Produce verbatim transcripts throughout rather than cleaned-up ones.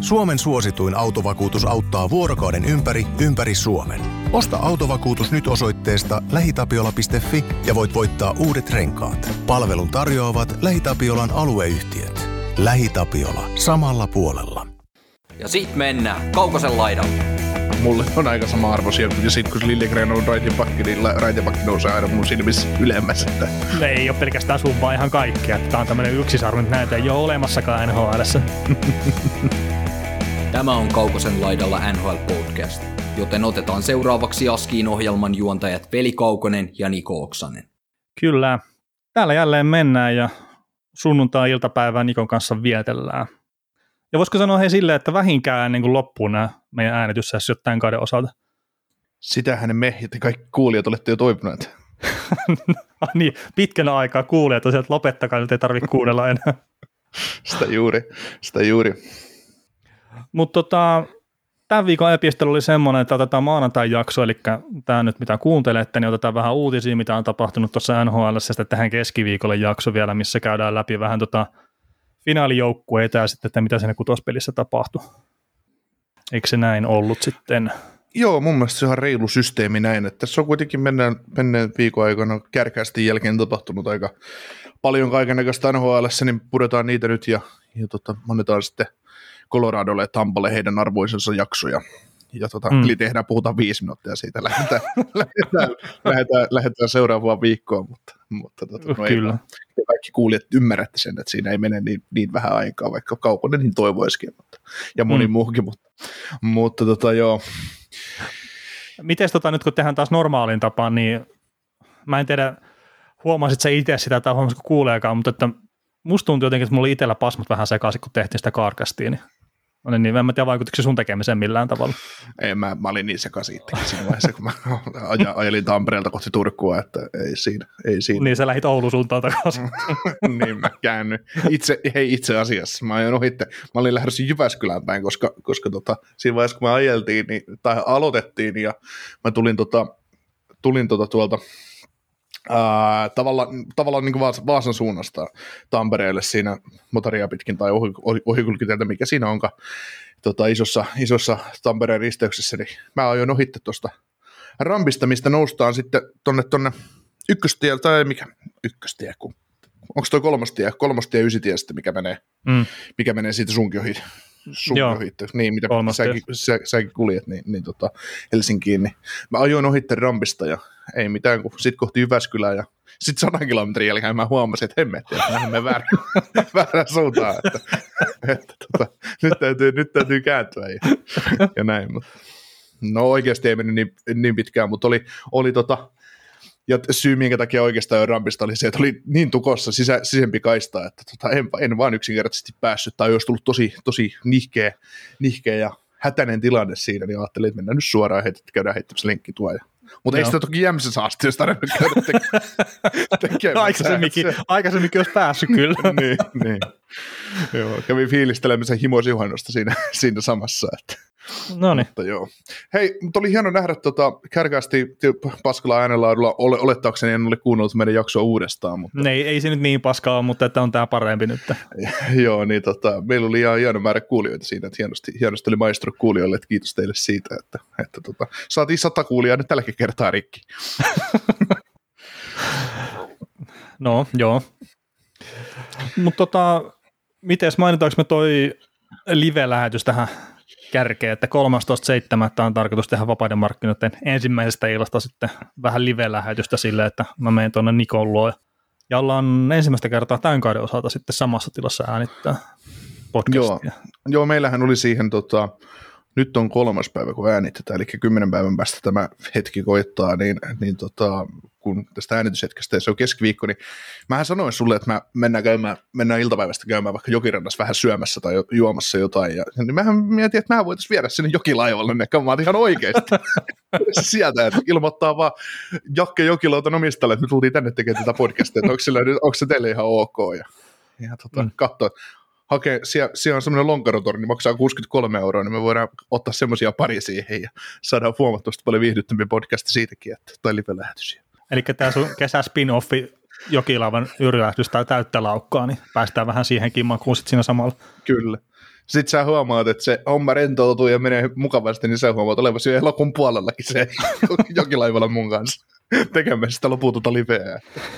Suomen suosituin autovakuutus auttaa vuorokauden ympäri, ympäri Suomen. Osta autovakuutus nyt osoitteesta lähitapiola piste fi ja voit voittaa uudet renkaat. Palvelun tarjoavat LähiTapiolan alueyhtiöt. LähiTapiola. Samalla puolella. Ja sit mennään Kaukosen laidalle. Mulle on aika sama arvoisia, ja sit kun Lillegren on raitipakki, niin raitipakki nousee aina mun silmissä ylemmäs. Että... Ne ei ole pelkästään sun, vaan ihan kaikkea. Tää on tämmönen yksisarvo, että näitä ei ole olemassakaan N H L:ssä. Tämä on Kaukosen laidalla N H L-podcast, joten otetaan seuraavaksi Askiin ohjelman juontajat Veli Kaukonen ja Niko Oksanen. Kyllä. Täällä jälleen mennään ja sunnuntai-iltapäivää Nikon kanssa vietellään. Ja voisiko sanoa he silleen, että vähinkään ennen kuin loppuu nämä meidän äänityssessiot tämän kauden osalta? Sitähän me ja te kaikki kuulijat olette jo toipuneet. Niin, pitkänä aikaa kuulijat tosiaan, että lopettakaa, nyt ei tarvitse kuunnella enää. Sitä juuri, sitä juuri. Mutta tota, tämän viikon epistelö oli semmoinen, että otetaan maanantai-jakso, eli tämä nyt mitä kuuntelette, niin otetaan vähän uutisia, mitä on tapahtunut tuossa N H L:ssä, ja sitten tähän keskiviikolle jakso vielä, missä käydään läpi vähän tota finaalijoukkueita ja sitten, että mitä siinä kutospelissä tapahtui. Eikö se näin ollut sitten? Joo, mun mielestä se on reilu systeemi näin, että tässä on kuitenkin menneen, menneen viikon aikana kärkästi jälkeen tapahtunut aika paljon kaikennäköistä N H L:ssä, niin puretaan niitä nyt ja, ja tota, annetaan sitten Coloradolle ja Tampalle heidän arvoisensa jaksoja. Ja tota, mm. eli tehdään, puhutaan viisi minuuttia siitä, lähdetään, lähdetään, lähdetään, lähdetään seuraavaan viikkoon, mutta, mutta tota, no Kyllä. Ei, kaikki kuulijat ymmärrätte sen, että siinä ei mene niin, niin vähän aikaa, vaikka Kaukonen niin toivoisikin, mutta, ja moni mm. muukin, mutta, mutta tota, joo. Miten tota, nyt kun tehdään taas normaalin tapaan, niin mä en tiedä, huomasit sä itse sitä tai huomasitko kuuleekaan, mutta että musta tuntuu jotenkin, että mulla oli itsellä pasmat vähän sekaisin, kun tehtiin sitä Carcastia, niin Olen niin, en mä tiedä, vaikuttiko se sun tekemiseen millään tavalla. Ei, mä, mä olin niin sekaisin itsekin siinä vaiheessa, kun mä ajelin Tampereelta kohti Turkua, että ei siinä. Ei siinä. Niin, sä lähit Oulun suuntaan takaisin. Niin, mä käännyin. Itse, hei, itse asiassa, mä ajoin ohitte. Mä olin lähdössä Jyväskylään päin, koska, koska tota, siinä vaiheessa, kun me ajeltiin, niin, tai aloitettiin, ja mä tulin, tota, tulin tota tuolta, Ää, tavallaan, tavallaan niin kuin Vaasan suunnasta Tampereelle siinä motoria pitkin tai ohi, ohi, ohikulkitieltä, mikä siinä onkaan tota, isossa, isossa Tampereen risteyksessä, niin mä ajoin ohitte tuosta rampista, mistä noustaan sitten tonne, tonne ykköstieltä, tai mikä ykköstie, kun, onko toi kolmostie, kolmostie ysitie sitten, mikä menee, mm. mikä menee siitä sunkin ohi, sunkin ohi, niin mitä säkin, sä, säkin kuljet, niin, niin tota, Helsinkiin, niin mä ajoin ohitte rampista ja ei mitään, kun sitten kohti Jyväskylää ja sitten sadan kilometrin jälkeen mä huomasin, että hemmetti, että lähdemme väärään, väärään suuntaan, että, että tota, nyt, täytyy, nyt täytyy kääntyä ja, ja näin. Mutta, no oikeasti ei mennyt niin, niin pitkään, mutta oli, oli tota, ja syy minkä takia oikeastaan rampista oli se, että oli niin tukossa sisä, sisempi kaista, että tota, en, en vaan yksinkertaisesti päässyt, tai olisi tullut tosi, tosi nihkeä, nihkeä ja hätäinen tilanne siinä, niin ajattelin, että mennään nyt suoraan heitä, että käydään heittämässä lenkkituoja. Mutta ei sitä toki Jämsässä asti, jos tarvinnut käydä te- tekemään. Aikaisemminkin, aikaisemminkin olisi päässyt kyllä. niin, niin. Joo, kävin fiilistelemään himosjuhannosta siinä, siinä samassa. Että. Noniin. Mutta joo. Hei, mutta oli hieno nähdä tota, kärkäästi paskalla äänenlaadulla, ole, olettaakseni en ole kuunnellut meidän jaksoa uudestaan. Mutta. Ne, ei, ei se nyt niin paskaa ole, mutta että on tämä parempi nyt. Joo, niin tota, meillä oli ihan hieno määrä kuulijoita siinä, että hienosti, hienosti oli maistro kuulijoille, että kiitos teille siitä, että, että tota, saatiin sata kuulijaa nyt tälläkin kertaa rikki. No, joo. Mutta tota, mites mainitaanko me toi live-lähetys tähän kärkeen, että kolmastoista seitsemättä on tarkoitus tehdä vapaiden markkinoiden ensimmäisestä illasta sitten vähän live-lähetystä silleen, että mä menen tuonne Nikon luo ja ollaan ensimmäistä kertaa tämän kauden osalta sitten samassa tilassa äänittää podcastia. Joo, joo meillähän oli siihen, tota, nyt on kolmas päivä kun äänitetään, eli kymmenen päivän päästä tämä hetki koittaa, niin, niin tota, kun tästä äänityshetkestä se on keskiviikko, niin mähän sanoin sulle, että mä mennään, käymään, mennään iltapäivästä käymään vaikka jokirannassa vähän syömässä tai juomassa jotain, ja niin mähän mietin, että mä voitaisiin viedä sinne jokilaivalle ne kammaat ihan oikeasti. Sieltä, että ilmoittaa vaan Jakke Jokiloutan omistajalle, että me tultiin tänne tekemään tätä podcastia, että onko, sillä, onko se teille ihan ok, ja, ja tota, mm. katsoa, hakee, siellä, siellä on semmoinen lonkerotori, niin maksaa kuusikymmentäkolme euroa, niin me voidaan ottaa semmoisia pari siihen ja saadaan huomattavasti paljon viihdyttämpiä podcasti siitäkin, että, tai live-lähetys. Eli tämä sun kesä spin-offi Jokilauvan yrjähdys tai täyttä laukkaa, niin päästään vähän siihen kimmaan kuin sit siinä samalla. Kyllä, Sitten sä huomaat, että se homma rentoutuu ja menee mukavasti, niin sä huomaat olevasi jo elokuun puolellakin se jokilaivalla mun kanssa tekemässä sitä loputonta liveä.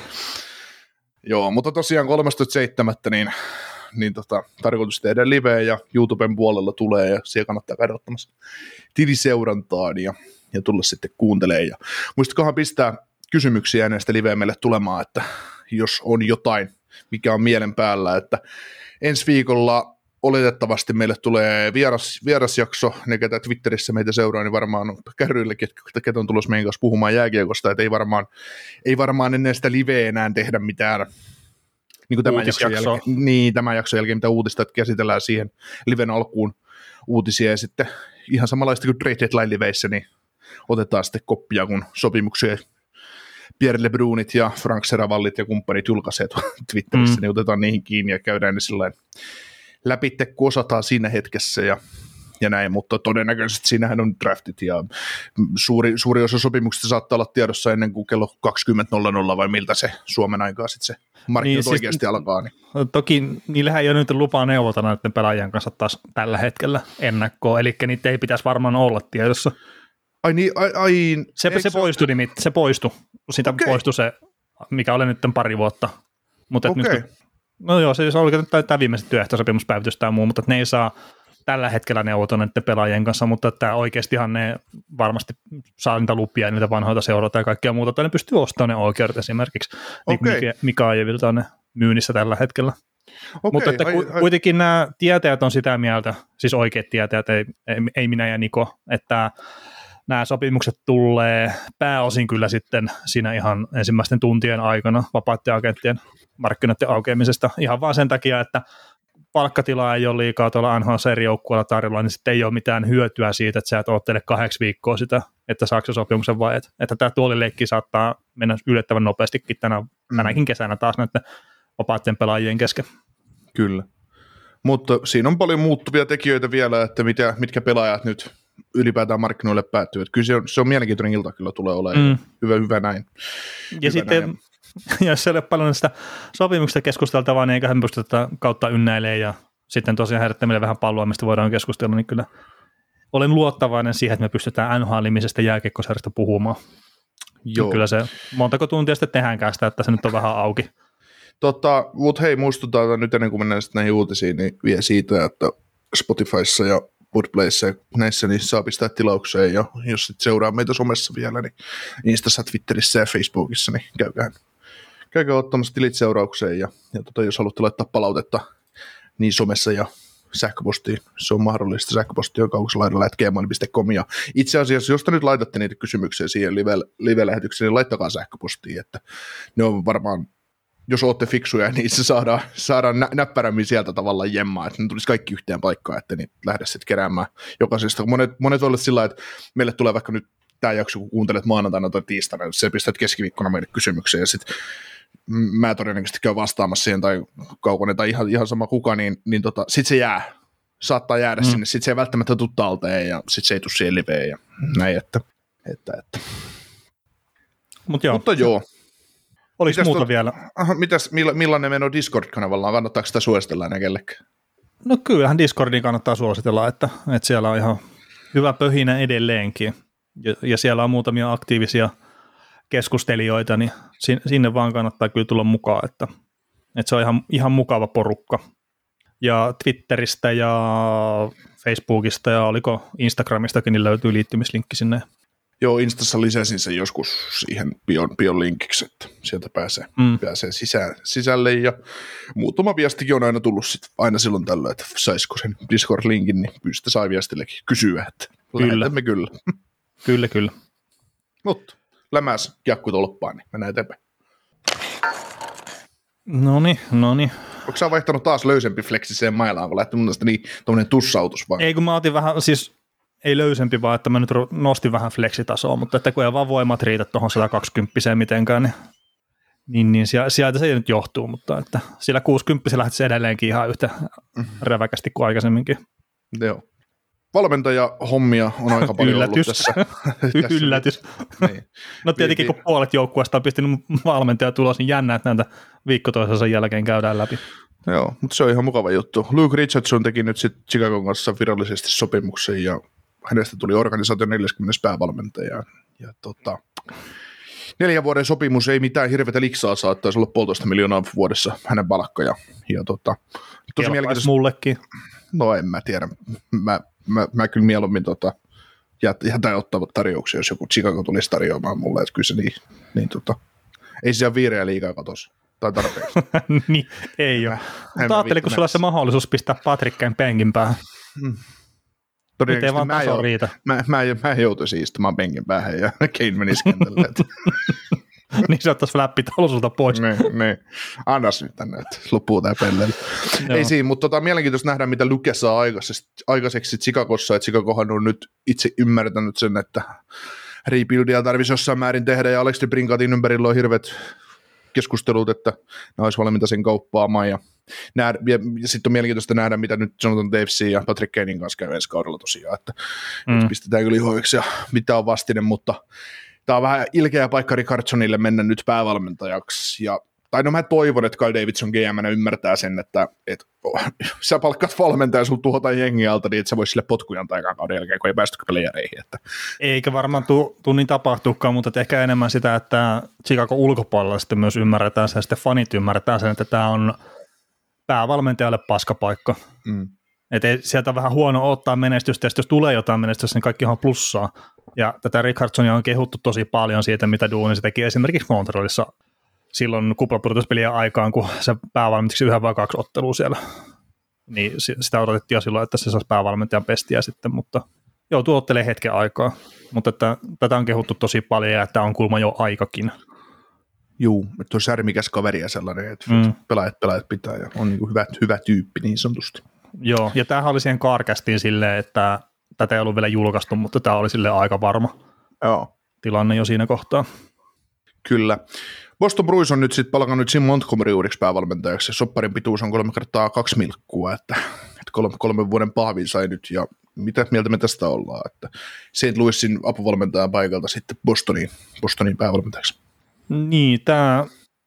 Joo, mutta tosiaan kolmastoista seitsemättä niin, niin tota, tarkoitus tehdä liveä ja YouTuben puolella tulee ja siellä kannattaa käydä ottamassa tiliseurantaan ja, ja tulla sitten kuuntelemaan. Ja muistatkohan pistää kysymyksiä näistä liveä meille tulemaan, että jos on jotain, mikä on mielen päällä, että ensi viikolla oletettavasti meille tulee vieras, vierasjakso, ne ketä Twitterissä meitä seuraa, niin varmaan on kärryillekin, ketä on tulossa meidän kanssa puhumaan jääkiekosta, että ei varmaan, ei varmaan ennen sitä liveä enää tehdä mitään niin kuin tämän jakson jälkeen, niin, tämän jakson jälkeen, mitä uutista, että käsitellään siihen liven alkuun uutisia, ja sitten ihan samanlaista kuin Trade Deadline-liveissä, niin otetaan sitten koppia, kun sopimuksia Pierre Lebrunit ja Frank Seravallit ja kumppanit julkaisee Twitterissä, mm. niin otetaan niihin kiinni ja käydään ne sillain läpitte, kun osataan siinä hetkessä ja, ja näin, mutta todennäköisesti siinähän on draftit ja suuri, suuri osa sopimuksista saattaa olla tiedossa ennen kuin kello kaksikymmentä nolla nolla vai miltä se Suomen aikaa sitten se markkinat niin, oikeasti siis, alkaa. Niin. Toki niillähän ei ole nyt lupaa neuvota näiden pelaajien kanssa taas tällä hetkellä ennakkoon, eli niitä ei pitäisi varmaan olla tiedossa. Ai niin, ai, ai se, se poistui nimit, se poistui, siitä okay. poistui se, mikä oli nyt pari vuotta. Mutta okay. nyt, no joo, se oli tämä viimeiset työehtosopimuspäivitys tai muu, mutta ne ei saa tällä hetkellä neuvotella näiden pelaajien kanssa, mutta tämä oikeastihan ne varmasti saa niitä lupia ja niitä vanhoita seurata ja kaikkea muuta, tai ne pystyy ostamaan ne oikeudet esimerkiksi, okay. niin mikä Ajevilta on ne myynnissä tällä hetkellä. Okay, mutta että ai, ai. kuitenkin nämä tietäjät on sitä mieltä, siis oikeat tietäjät, ei, ei, ei minä ja Niko, että nämä sopimukset tulee pääosin kyllä sitten siinä ihan ensimmäisten tuntien aikana vapaiden agenttien markkinoiden aukeamisesta, ihan vaan sen takia, että palkkatilaa ei ole liikaa tuolla N H L eri joukkueella tarjolla, niin sitten ei ole mitään hyötyä siitä, että sä et oottele kahdeksi viikkoa sitä, että saako se sopimuksen vai et. Että tämä tuolileikki saattaa mennä yllättävän nopeastikin tänä, mm. tänäkin kesänä taas näiden vapaiden pelaajien kesken. Kyllä, mutta siinä on paljon muuttuvia tekijöitä vielä, että mitä, mitkä pelaajat nyt ylipäätään markkinoille päättyy. Että kyllä se on, se on mielenkiintoinen ilta, kyllä tulee olemaan. Mm. Hyvä, hyvä näin. Ja hyvä sitten, näin. jos ei ole paljon sitä sopimuksista keskusteltavaa, niin eiköhän pysty tätä kautta ynnäilemään ja sitten tosiaan herättää meille vähän palloa, mistä voidaan keskustella, niin kyllä olen luottavainen siihen, että me pystytään N H L-nimisestä jääkiekkosarjasta puhumaan. Joo. Kyllä se, montako tuntia sitten tehdäänkään sitä, että se nyt on vähän auki. Tota, mutta hei, muistutaan nyt ennen kuin mennään sitten näihin uutisiin, niin vie siitä, että Spotifyssa ja Podplayssa ja näissä niin saa pistää tilaukseen, ja jos sitten seuraa meitä somessa vielä, niin Instassa, Twitterissä ja Facebookissa, niin käykää, käykää ottamassa tilit seuraukseen, ja, ja tota, jos haluatte laittaa palautetta niin somessa ja sähköpostiin, se on mahdollista, sähköposti on kaukosalaidalla at gmail piste com, ja itse asiassa, jos te nyt laitatte niitä kysymyksiä siihen live, live-lähetykseen, niin laittakaa sähköpostiin, että ne on varmaan, jos olette fiksuja, niin se saadaan, saadaan nä- näppärämmin sieltä tavallaan jemmaa, että ne tulisi kaikki yhteen paikkaan, että niin lähde sitten keräämään jokaisesta. Monet, monet voi olla sillä että meille tulee vaikka nyt tämä jakso, kun kuuntelet maanantaina tai tiistaina, että sä pistät keskiviikkona meille kysymyksiä, ja sitten mä todennäköisesti käyn vastaamassa siihen, tai Kaukonen, tai ihan, ihan sama kuka, niin, niin tota, sitten se jää, saattaa jäädä mm. sinne, sitten se ei välttämättä tule talteen, ja sitten se ei tule siihen liveen, ja näin, että, että, että. Mut joo. Mutta joo. Oliko muuta to, vielä? Aha, mitäs, millainen meno Discord-kanavalla on? Kannattaako sitä suositella enää kellekään? No kyllähän Discordiin kannattaa suositella, että, että siellä on ihan hyvä pöhinä edelleenkin. Ja, ja siellä on muutamia aktiivisia keskustelijoita, niin sinne vaan kannattaa kyllä tulla mukaan, että, että se on ihan, ihan mukava porukka. Ja Twitteristä ja Facebookista ja oliko Instagramistakin, niin löytyy liittymislinkki sinne. Joo, Instassa lisäsin sen joskus siihen pion, pion linkiksi, että sieltä pääsee, mm. pääsee sisään, sisälle, ja muutama viestikin on aina tullut sit aina silloin tällöin, että saisiko sen Discord-linkin, niin pystytä sai viestillekin kysyä, että lähetämme kyllä. Kyllä, kyllä. Mutta lämäs kiekku tolppaan, niin mennään eteenpäin. Noniin, noniin. Onko sä vaihtanut taas löysempi fleksiseen mailaan, kun lähti mun mielestä niin tommoinen tussautus vaan? Ei, kun mä otin vähän, siis ei löysempi, vaan että mä nyt nostin vähän fleksitasoa, mutta että kun ei vaan voimat riitä tuohon sata kaksikymmentä mitenkään, niin, niin, niin sieltä se ei nyt johtuu, mutta että sillä kuusikymmentä lähtisi edelleenkin ihan yhtä räväkästi kuin aikaisemminkin. Joo. Valmentaja-hommia on aika paljon Yllätys. ollut tässä. Yllätys. Niin. No tietenkin, kun puolet joukkueesta on pistänyt valmentaja tulos, niin jännä, että näitä viikko toisensa jälkeen käydään läpi. Joo, mutta se on ihan mukava juttu. Luke Richardson teki nyt sitten Chicagon kanssa virallisesti sopimuksen ja hänestä tuli organisaation neljäskymmenes päävalmentaja. Ja tota, neljän vuoden sopimus, ei mitään hirveätä liksaa saa, taisi olla puolitoista miljoonaa vuodessa hänen palkka. Ja, ja tota, tosi mielenkiintoista. Mullekin. No en mä tiedä. Mä, mä, mä kyllä mieluummin tota, jätän ottavat tarjouksia, jos joku Chicago tulisi tarjoamaan mulle, että kyllä se niin, niin tota, ei siellä viireä liikaa katosi. Tai tarpeeksi. Niin, ei ole. Mutta ajattelin, kun sulla on se mahdollisuus pistää Patrickkäin penkin päähän. Hmm. Miten vaan taso riitä. Mä, mä, mä, mä joutuisin istumaan penkin päähän ja Kane menisi kentälle. Niin se ottaisi läppitaulu sulta pois. Ne, ne. Annas nyt tänne, että loppuu tää pellelle. Ei siinä, mutta tota, mielenkiintoista nähdä, mitä Luke saa aikaiseksi, aikaiseksi Chicagossa. Että Chicagohan on nyt itse ymmärtänyt sen, että rebuildia tarvitsisi jossain määrin tehdä, ja Alex DeBrincatin ympärillä on hirveät keskustelut, että ne olisi valmiita sen kauppaamaan, ja, ja, ja sitten on mielenkiintoista nähdä, mitä nyt Jonathan Davesin ja Patrick Kanein kanssa käy ensi kaudella tosiaan, että mm. pistetään kyllä ihoiksi ja mitä on vastine, mutta tämä on vähän ilkeä paikka Richardsonille mennä nyt päävalmentajaksi, ja tai no mä toivon, että Kyle Davidson G M ymmärtää sen, että et, oh, sä palkkaat valmentaja ja sun tuhotaan jengiä alta, niin että sä vois sille potkuja antaa ekan kauden jälkeen, kun ei päästy playereihin. Että. Eikä varmaan tuu, tuu niin tapahtuukaan, mutta ehkä enemmän sitä, että Chicago ulkopuolella sitten myös ymmärretään sen, ja sitten fanit ymmärretään sen, että tämä on päävalmentajalle paskapaikka. Mm. Että sieltä on vähän huono ottaa menestystä, ja jos tulee jotain menestystä, niin kaikki on plussaa. Ja tätä Richardsonia on kehuttu tosi paljon siitä, mitä duuni se teki esimerkiksi Montrealissa silloin kuplapudotuspelien aikaan, kun se päävalmentajaksi yhden vai kaksi ottelua siellä. Niin sitä odotettiin jo silloin, että se saisi päävalmentajan pestiä sitten, mutta joutuu ottelemaan hetken aikaa. Mutta että, tätä on kehuttu tosi paljon ja että on kulma jo aikakin. Juu, että on särmikäs kaveri ja sellainen, että mm. pelaajat, pelaajat pitää ja on niin kuin hyvä, hyvä tyyppi niin sanotusti. Joo, ja tämähän oli siihen Carcastiin silleen, että tätä ei ollut vielä julkaistu, mutta tämä oli silleen aika varma Joo. tilanne jo siinä kohtaa. Kyllä. Boston Bruins on nyt sitten palkannut Jim Montgomery uudeksi päävalmentajaksi. Sopparin pituus on kolme kertaa kaksi milkkua, että, että kolme, kolmen vuoden pahvin sai nyt, ja mitä mieltä me tästä ollaan, että Saint Louisin apuvalmentajan paikalta sitten Bostoniin, Bostoniin päävalmentajaksi. Niin, tämä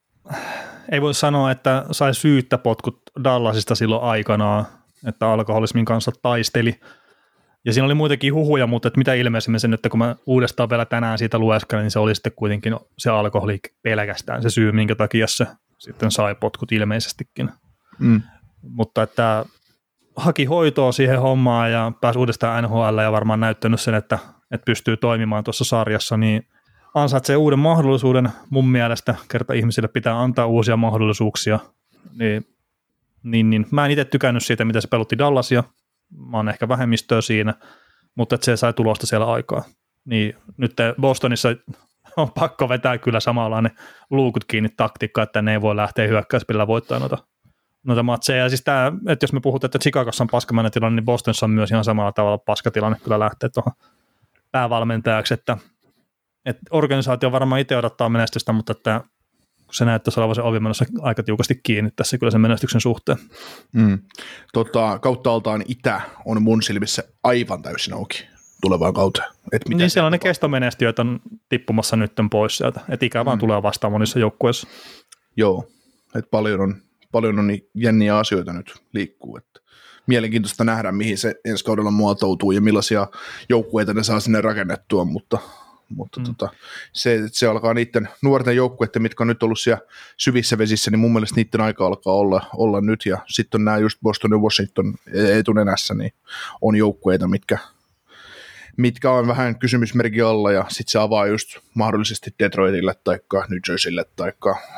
ei voi sanoa, että sai syyttä potkut Dallasista silloin aikanaan, että alkoholismin kanssa taisteli. Ja siinä oli muitakin huhuja, mutta että mitä ilmeisemmin sen, että kun mä uudestaan vielä tänään siitä lueskelen, niin se oli sitten kuitenkin se alkoholi pelkästään se syy, minkä takia se sitten sai potkut ilmeisestikin. Mm. Mutta että haki hoitoa siihen hommaan ja pääsi uudestaan N H L ja varmaan näyttänyt sen, että, että pystyy toimimaan tuossa sarjassa, niin ansaitsee uuden mahdollisuuden mun mielestä, kerta ihmisille pitää antaa uusia mahdollisuuksia. Niin, niin, niin. Mä en itse tykännyt siitä, mitä se pelutti Dallasia. Mä oon ehkä vähemmistöä siinä, mutta että se sai tulosta siellä aikaa. Niin nyt Bostonissa on pakko vetää kyllä samanlainen luukut kiinni taktiikka, että ne ei voi lähteä hyökkäyspillä voittaa noita, noita matseja. Ja siis tämä, että jos me puhutaan, että Chicagossa on paskamainen tilanne, niin Bostonissa on myös ihan samalla tavalla paskatilanne kyllä lähteä tuohon päävalmentajaksi, että, että organisaatio varmaan itse odottaa menestystä, mutta että se näyttäisi olevan se ovi menossa aika tiukasti kiinni tässä kyllä sen menestyksen suhteen. Mm. Tota, kautta altaan itä on mun silmissä aivan täysin auki tulevaan kauteen. Et niin siellä on ne kestomenestyöt on tippumassa nyt pois sieltä, että ikä vaan mm. tulee vastaan monissa joukkueissa. Joo, että paljon on, paljon on niin jänniä asioita nyt liikkuu, että mielenkiintoista nähdä, mihin se ensi kaudella muotoutuu ja millaisia joukkueita ne saa sinne rakennettua, mutta Mutta mm. tota, se, se alkaa niiden nuorten joukkueiden, mitkä on nyt ollut siellä syvissä vesissä, niin mun mielestä niiden aika alkaa olla, olla nyt. Ja sitten on nämä just Boston ja Washington etunenässä, niin on joukkueita, mitkä, mitkä on vähän kysymysmerkin alla. Ja sitten se avaa just mahdollisesti Detroitille tai New Jerseylle tai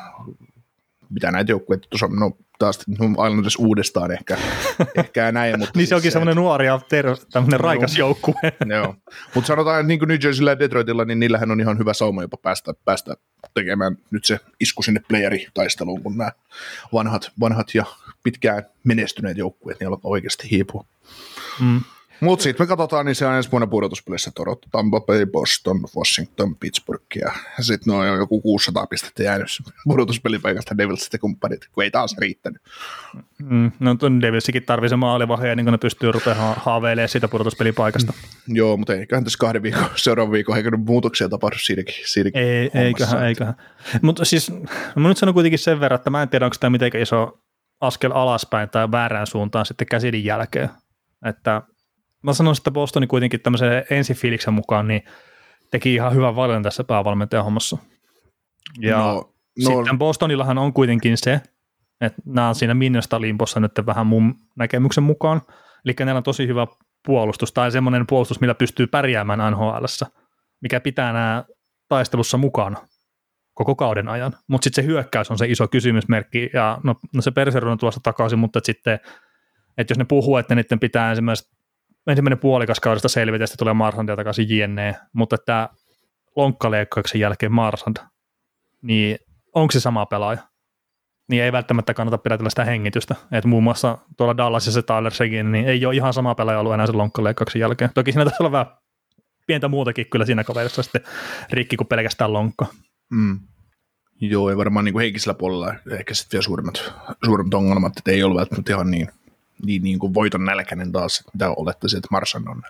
mitä näitä joukkueita tuossa, no taas Islanders uudestaan ehkä, ehkä näin. Mutta niin se onkin semmoinen nuori ja ter- tämmöinen no, raikas joukkue. Joo, mutta sanotaan, että niin kuin New Jerseyllä ja Detroitilla, niin niillähän on ihan hyvä sauma jopa päästä, päästä tekemään nyt se isku sinne playeritaisteluun, kun nämä vanhat, vanhat ja pitkään menestyneet joukkueet, niin alkaa oikeasti hiipua. Mm. Mutta sitten me katsotaan, niin se on ensi vuonna pudotuspelissä Toronto, Tampa Bay, Boston, Washington, Pittsburgh ja sitten on joku kuusisataa pistettä jäänyt pudotuspelipaikasta Devilsit ja kumppanit, kun ei taas riittänyt. Mm, no tuon Devilsikin tarvii se maalivahja, niin kun ne pystyy rupeamaan haaveilemaan siitä pudotuspelipaikasta. Mm. Joo, mutta eiköhän tässä kahden viikon, seuraavan viikon eikä muutoksia tapahdu siinäkin, siinäkin ei, eiköhän, eiköhän. Mutta siis mä nyt sanon kuitenkin sen verran, että mä en tiedä, onko tämä mitenkään iso askel alaspäin tai väärään suuntaan sitten Cassidyn jälkeen. Että mä sanoisin, että Bostoni kuitenkin tämmöisen ensifiiliksen mukaan niin teki ihan hyvän valinnan tässä päävalmentajan hommassa. Ja no, no. sitten Bostonillahan on kuitenkin se, että nämä on siinä Minnesota limpossa nyt vähän mun näkemyksen mukaan. Eli näillä on tosi hyvä puolustus tai semmoinen puolustus, millä pystyy pärjäämään N H L:ssä, mikä pitää nämä taistelussa mukana koko kauden ajan. Mutta sitten se hyökkäys on se iso kysymysmerkki, ja no, no se Bergeron on tuossa takaisin, mutta et sitten, että jos ne puhuu, että niiden pitää ensimmäinen puolikas kaudesta selvitä, sitten tulee Marsandia takaisin jne, mutta että lonkkaleikkauksen jälkeen Marsand, niin onko se sama pelaaja? Niin ei välttämättä kannata pidätellä sitä hengitystä. Et muun muassa tuolla Dallasissa se Tyler Seguin, niin ei ole ihan sama pelaaja ollut enää sen lonkkaleikkauksen jälkeen. Toki siinä taisi olla vähän pientä muutakin kyllä siinä kaverissa sitten rikki kuin pelkästään lonkka. Mm. Joo, ja varmaan niin kuin henkisellä puolella ehkä sitten vielä suurimmat, suurimmat ongelmat, että ei ollut välttämättä ihan niin, niin, niin kuin voiton nälkäinen taas, mitä olettaisiin, että Marsan on.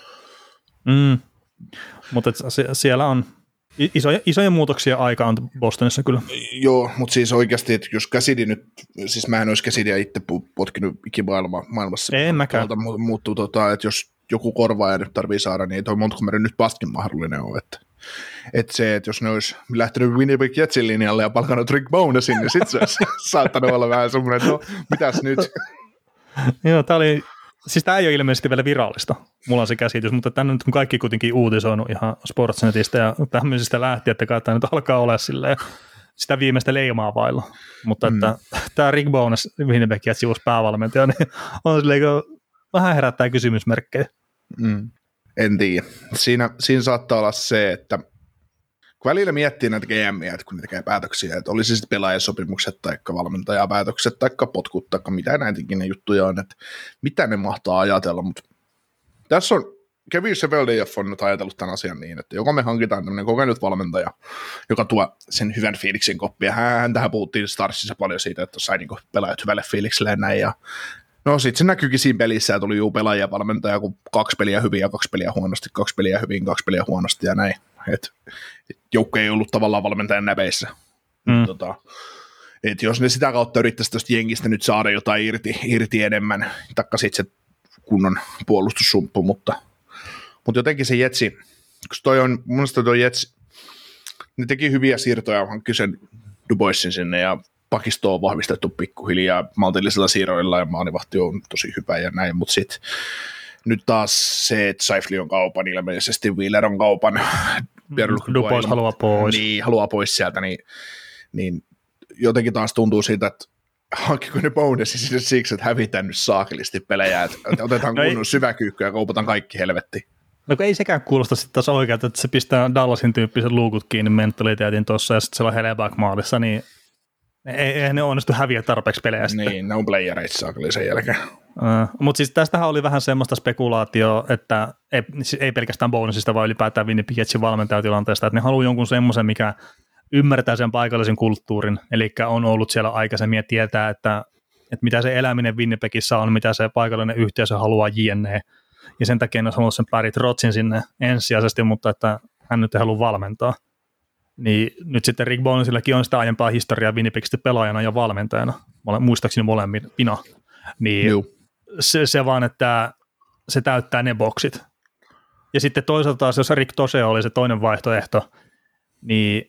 Mm. Mutta siellä on isoja, isoja muutoksia aika on Bostonissa kyllä. Joo, mutta siis oikeasti, että jos Cassidy nyt, siis mä en olisi Cassidyä itse potkinut ikimaailma, maailmassa. Ei mäkään. Mutta tota, että jos joku korvaaja nyt tarvii saada, niin ei toi Montgomery nyt paskin mahdollinen ole, että Että se, että jos ne olisi lähtenyt Winnipeg Jetsin linjalle ja palkannut Rick Bowness, niin sitten se olisi saattanut olla vähän semmoinen, että no, mitäs nyt? Joo, tämä oli, siis tämä ei ole ilmeisesti vielä virallista, mulla on se käsitys, mutta tänne nyt on kaikki kuitenkin uutisoinut ihan Sportsnetistä ja tämmöisistä lähtien, että kai tämä nyt alkaa olla silleen sitä viimeistä leimaa vailla. Mutta mm. että tämä Rick Bowness, Winnipeg Jetsin uusi päävalmentaja, niin on silleen, vähän herättää kysymysmerkkejä. Mm. En tiedä. Siinä, siinä saattaa olla se, että kun välillä miettii näitä G M:iä, että kun ne tekee päätöksiä, että olisi sitten pelaajasopimukset tai valmentajapäätökset tai potkut tai mitä näitäkin ne juttuja on, että mitä ne mahtaa ajatella, mutta tässä on Kevin Cheveldayoff on nyt ajatellut tämän asian niin, että joko me hankitaan tämmöinen kokenut valmentaja, joka tuo sen hyvän fiiliksen koppia. Hän tähän puhuttiin Starsissa paljon siitä, että sai niin pelaajat hyvälle fiilikselle ja näin, ja no sitten se näkyykin siinä pelissä, että oli juu pelaajia valmentaja, kun kaksi peliä hyvin ja kaksi peliä huonosti, kaksi peliä hyvin, kaksi peliä huonosti ja näin. Et, et joukko ei ollut tavallaan valmentajan näpeissä. Mm. Tota, et jos ne sitä kautta yrittäisi tuosta jengistä nyt saada jotain irti, irti enemmän, taikka sitten se kunnon puolustussumppu, mutta, mutta jotenkin se Jetsi, koska toi on, mun mielestä toi Jetsi, ne teki hyviä siirtoja, hankki sen Duboisin sinne ja pakisto on vahvistettu pikkuhiljaa maltillisilla siirroilla ja maalivahti on tosi hyvä ja näin, mutta sitten nyt taas se, että Scheifele on kaupan, ilmeisesti Wheeler on kaupan, Dubois haluaa pois. Niin, haluaa pois sieltä, niin, niin jotenkin taas tuntuu siitä, että hankkiko ne bonusi sinne siksi, että hävitään nyt saakelisti pelejä, että otetaan no kunnon syväkyykkyä ja kaupataan kaikki helvetti. No ei sekään kuulosta sitten taas oikein, että se pistää Dallasin tyyppisen luukut kiinni mentaliteetin tuossa ja sitten se on Heleback maalissa, niin ei ne onnistu häviä tarpeeksi pelejä sitten. Niin, ne on playereissa saakeli sen jälkeen. Uh, mutta siis tästähän oli vähän semmoista spekulaatioa, että ei, ei pelkästään bonusista, vaan ylipäätään Winnipeg Jetsin valmentajatilanteesta, että ne haluaa jonkun semmoisen, mikä ymmärtää sen paikallisen kulttuurin, eli on ollut siellä aikaisemmin ja tietää, että, että mitä se eläminen Winnipegissä on, mitä se paikallinen yhteisö haluaa jne. Ja sen takia ne haluaa sen Barry Trotzin sinne ensisijaisesti, mutta että hän nyt ei halua valmentaa. Niin nyt sitten Rick Bownessillakin on sitä aiempaa historiaa Winnipegistä pelaajana ja valmentajana, muistaakseni molemmina. Niin se, se vaan, että se täyttää ne boksit. Ja sitten toisaalta taas, jos Rick Tose oli se toinen vaihtoehto, niin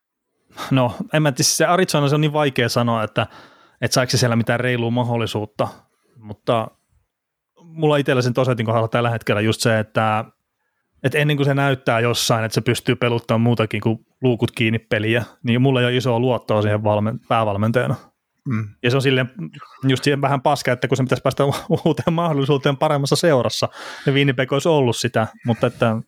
no, en mä tiedä, se Arizona se on niin vaikea sanoa, että, että saiko se siellä mitään reilua mahdollisuutta, mutta mulla itsellä sen Tosetin kohdalla tällä hetkellä just se, että, että ennen kuin se näyttää jossain, että se pystyy peluttamaan muutakin kuin luukut kiinni peliä, niin mulla ei ole isoa luottoa siihen valmen, päävalmentajana. Mm. Ja se on silleen just siihen vähän paska, että kun se pitäisi päästä uuteen mahdollisuuteen paremmassa seurassa, ja Winnipeg olisi ollut sitä, mutta että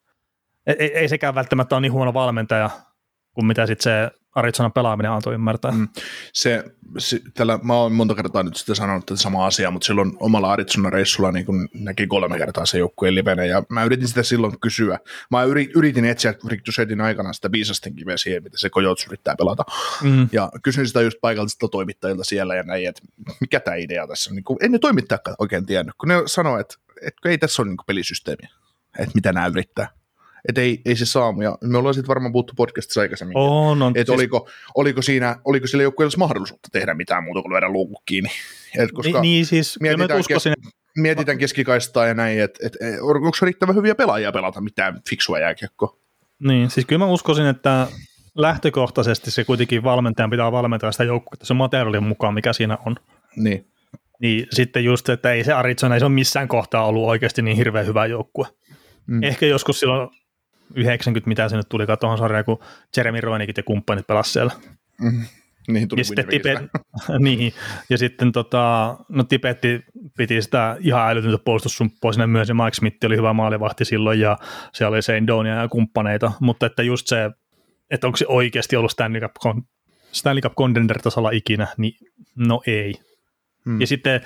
ei, ei sekään välttämättä ole niin huono valmentaja, kuin mitä sitten se Arizonan pelaaminen antoi ymmärtää. Mm. Se, se, tällä, mä oon monta kertaa nyt sitten sanonut tätä samaa asiaa, mutta silloin omalla Arizonan reissulla niin kun näki kolme kertaa se joukkueen livenä, ja mä yritin sitä silloin kysyä. Mä yritin etsiä Rick Duchettin aikana sitä viisasten kiveä siihen, mitä se Coyotes yrittää pelata. Mm. Ja kysyin sitä just paikallisilta toimittajilta siellä ja näin, että mikä tämä idea tässä on. Niin kun, ei ne toimittajakaan oikein tiennyt, kun ne sanoo, että, että ei tässä ole niin pelisysteemiä, että mitä nämä yrittää. että ei, ei se saamu. Ja me ollaan sitten varmaan puhuttu podcastissa aikaisemmin. Oh, no, että siis... oliko, oliko, siinä, oliko sillä joukkueella mahdollisuutta tehdä mitään muuta kuin lyödä luukut kiinni. Et koska niin, niin siis mietitään, uskoisin, kes, mietitään keskikaistaa ja näin, että et, et, onko se riittävän hyviä pelaajia pelata mitään fiksua jääkiekkoa. Niin, siis kyllä mä uskoisin, että lähtökohtaisesti se kuitenkin valmentajan pitää valmentaa sitä joukkuetta sen materiaalin mukaan, mikä siinä on. Niin. Niin sitten just, että ei se Arizona, ei se ole missään kohtaa ollut oikeasti niin hirveän hyvä joukkue. Mm. Ehkä joskus silloin yhdeksänkymmentä, mitä se nyt tuli tuohon sarjaan, kun Jeremy Roenickit ja kumppanit pelasivat siellä. Mm. Niin tuli Tibet, niin, ja sitten tota, no Tibetti piti sitä ihan älytöntä puolustussumppua sinne myös, ja Mike Smith oli hyvä maalivahti silloin, ja siellä oli Shane Downia ja kumppaneita, mutta että just se, että onko se oikeasti ollut Stanley Cup, Stanley Cup contender-tasolla ikinä, niin no ei. Hmm. Ja sitten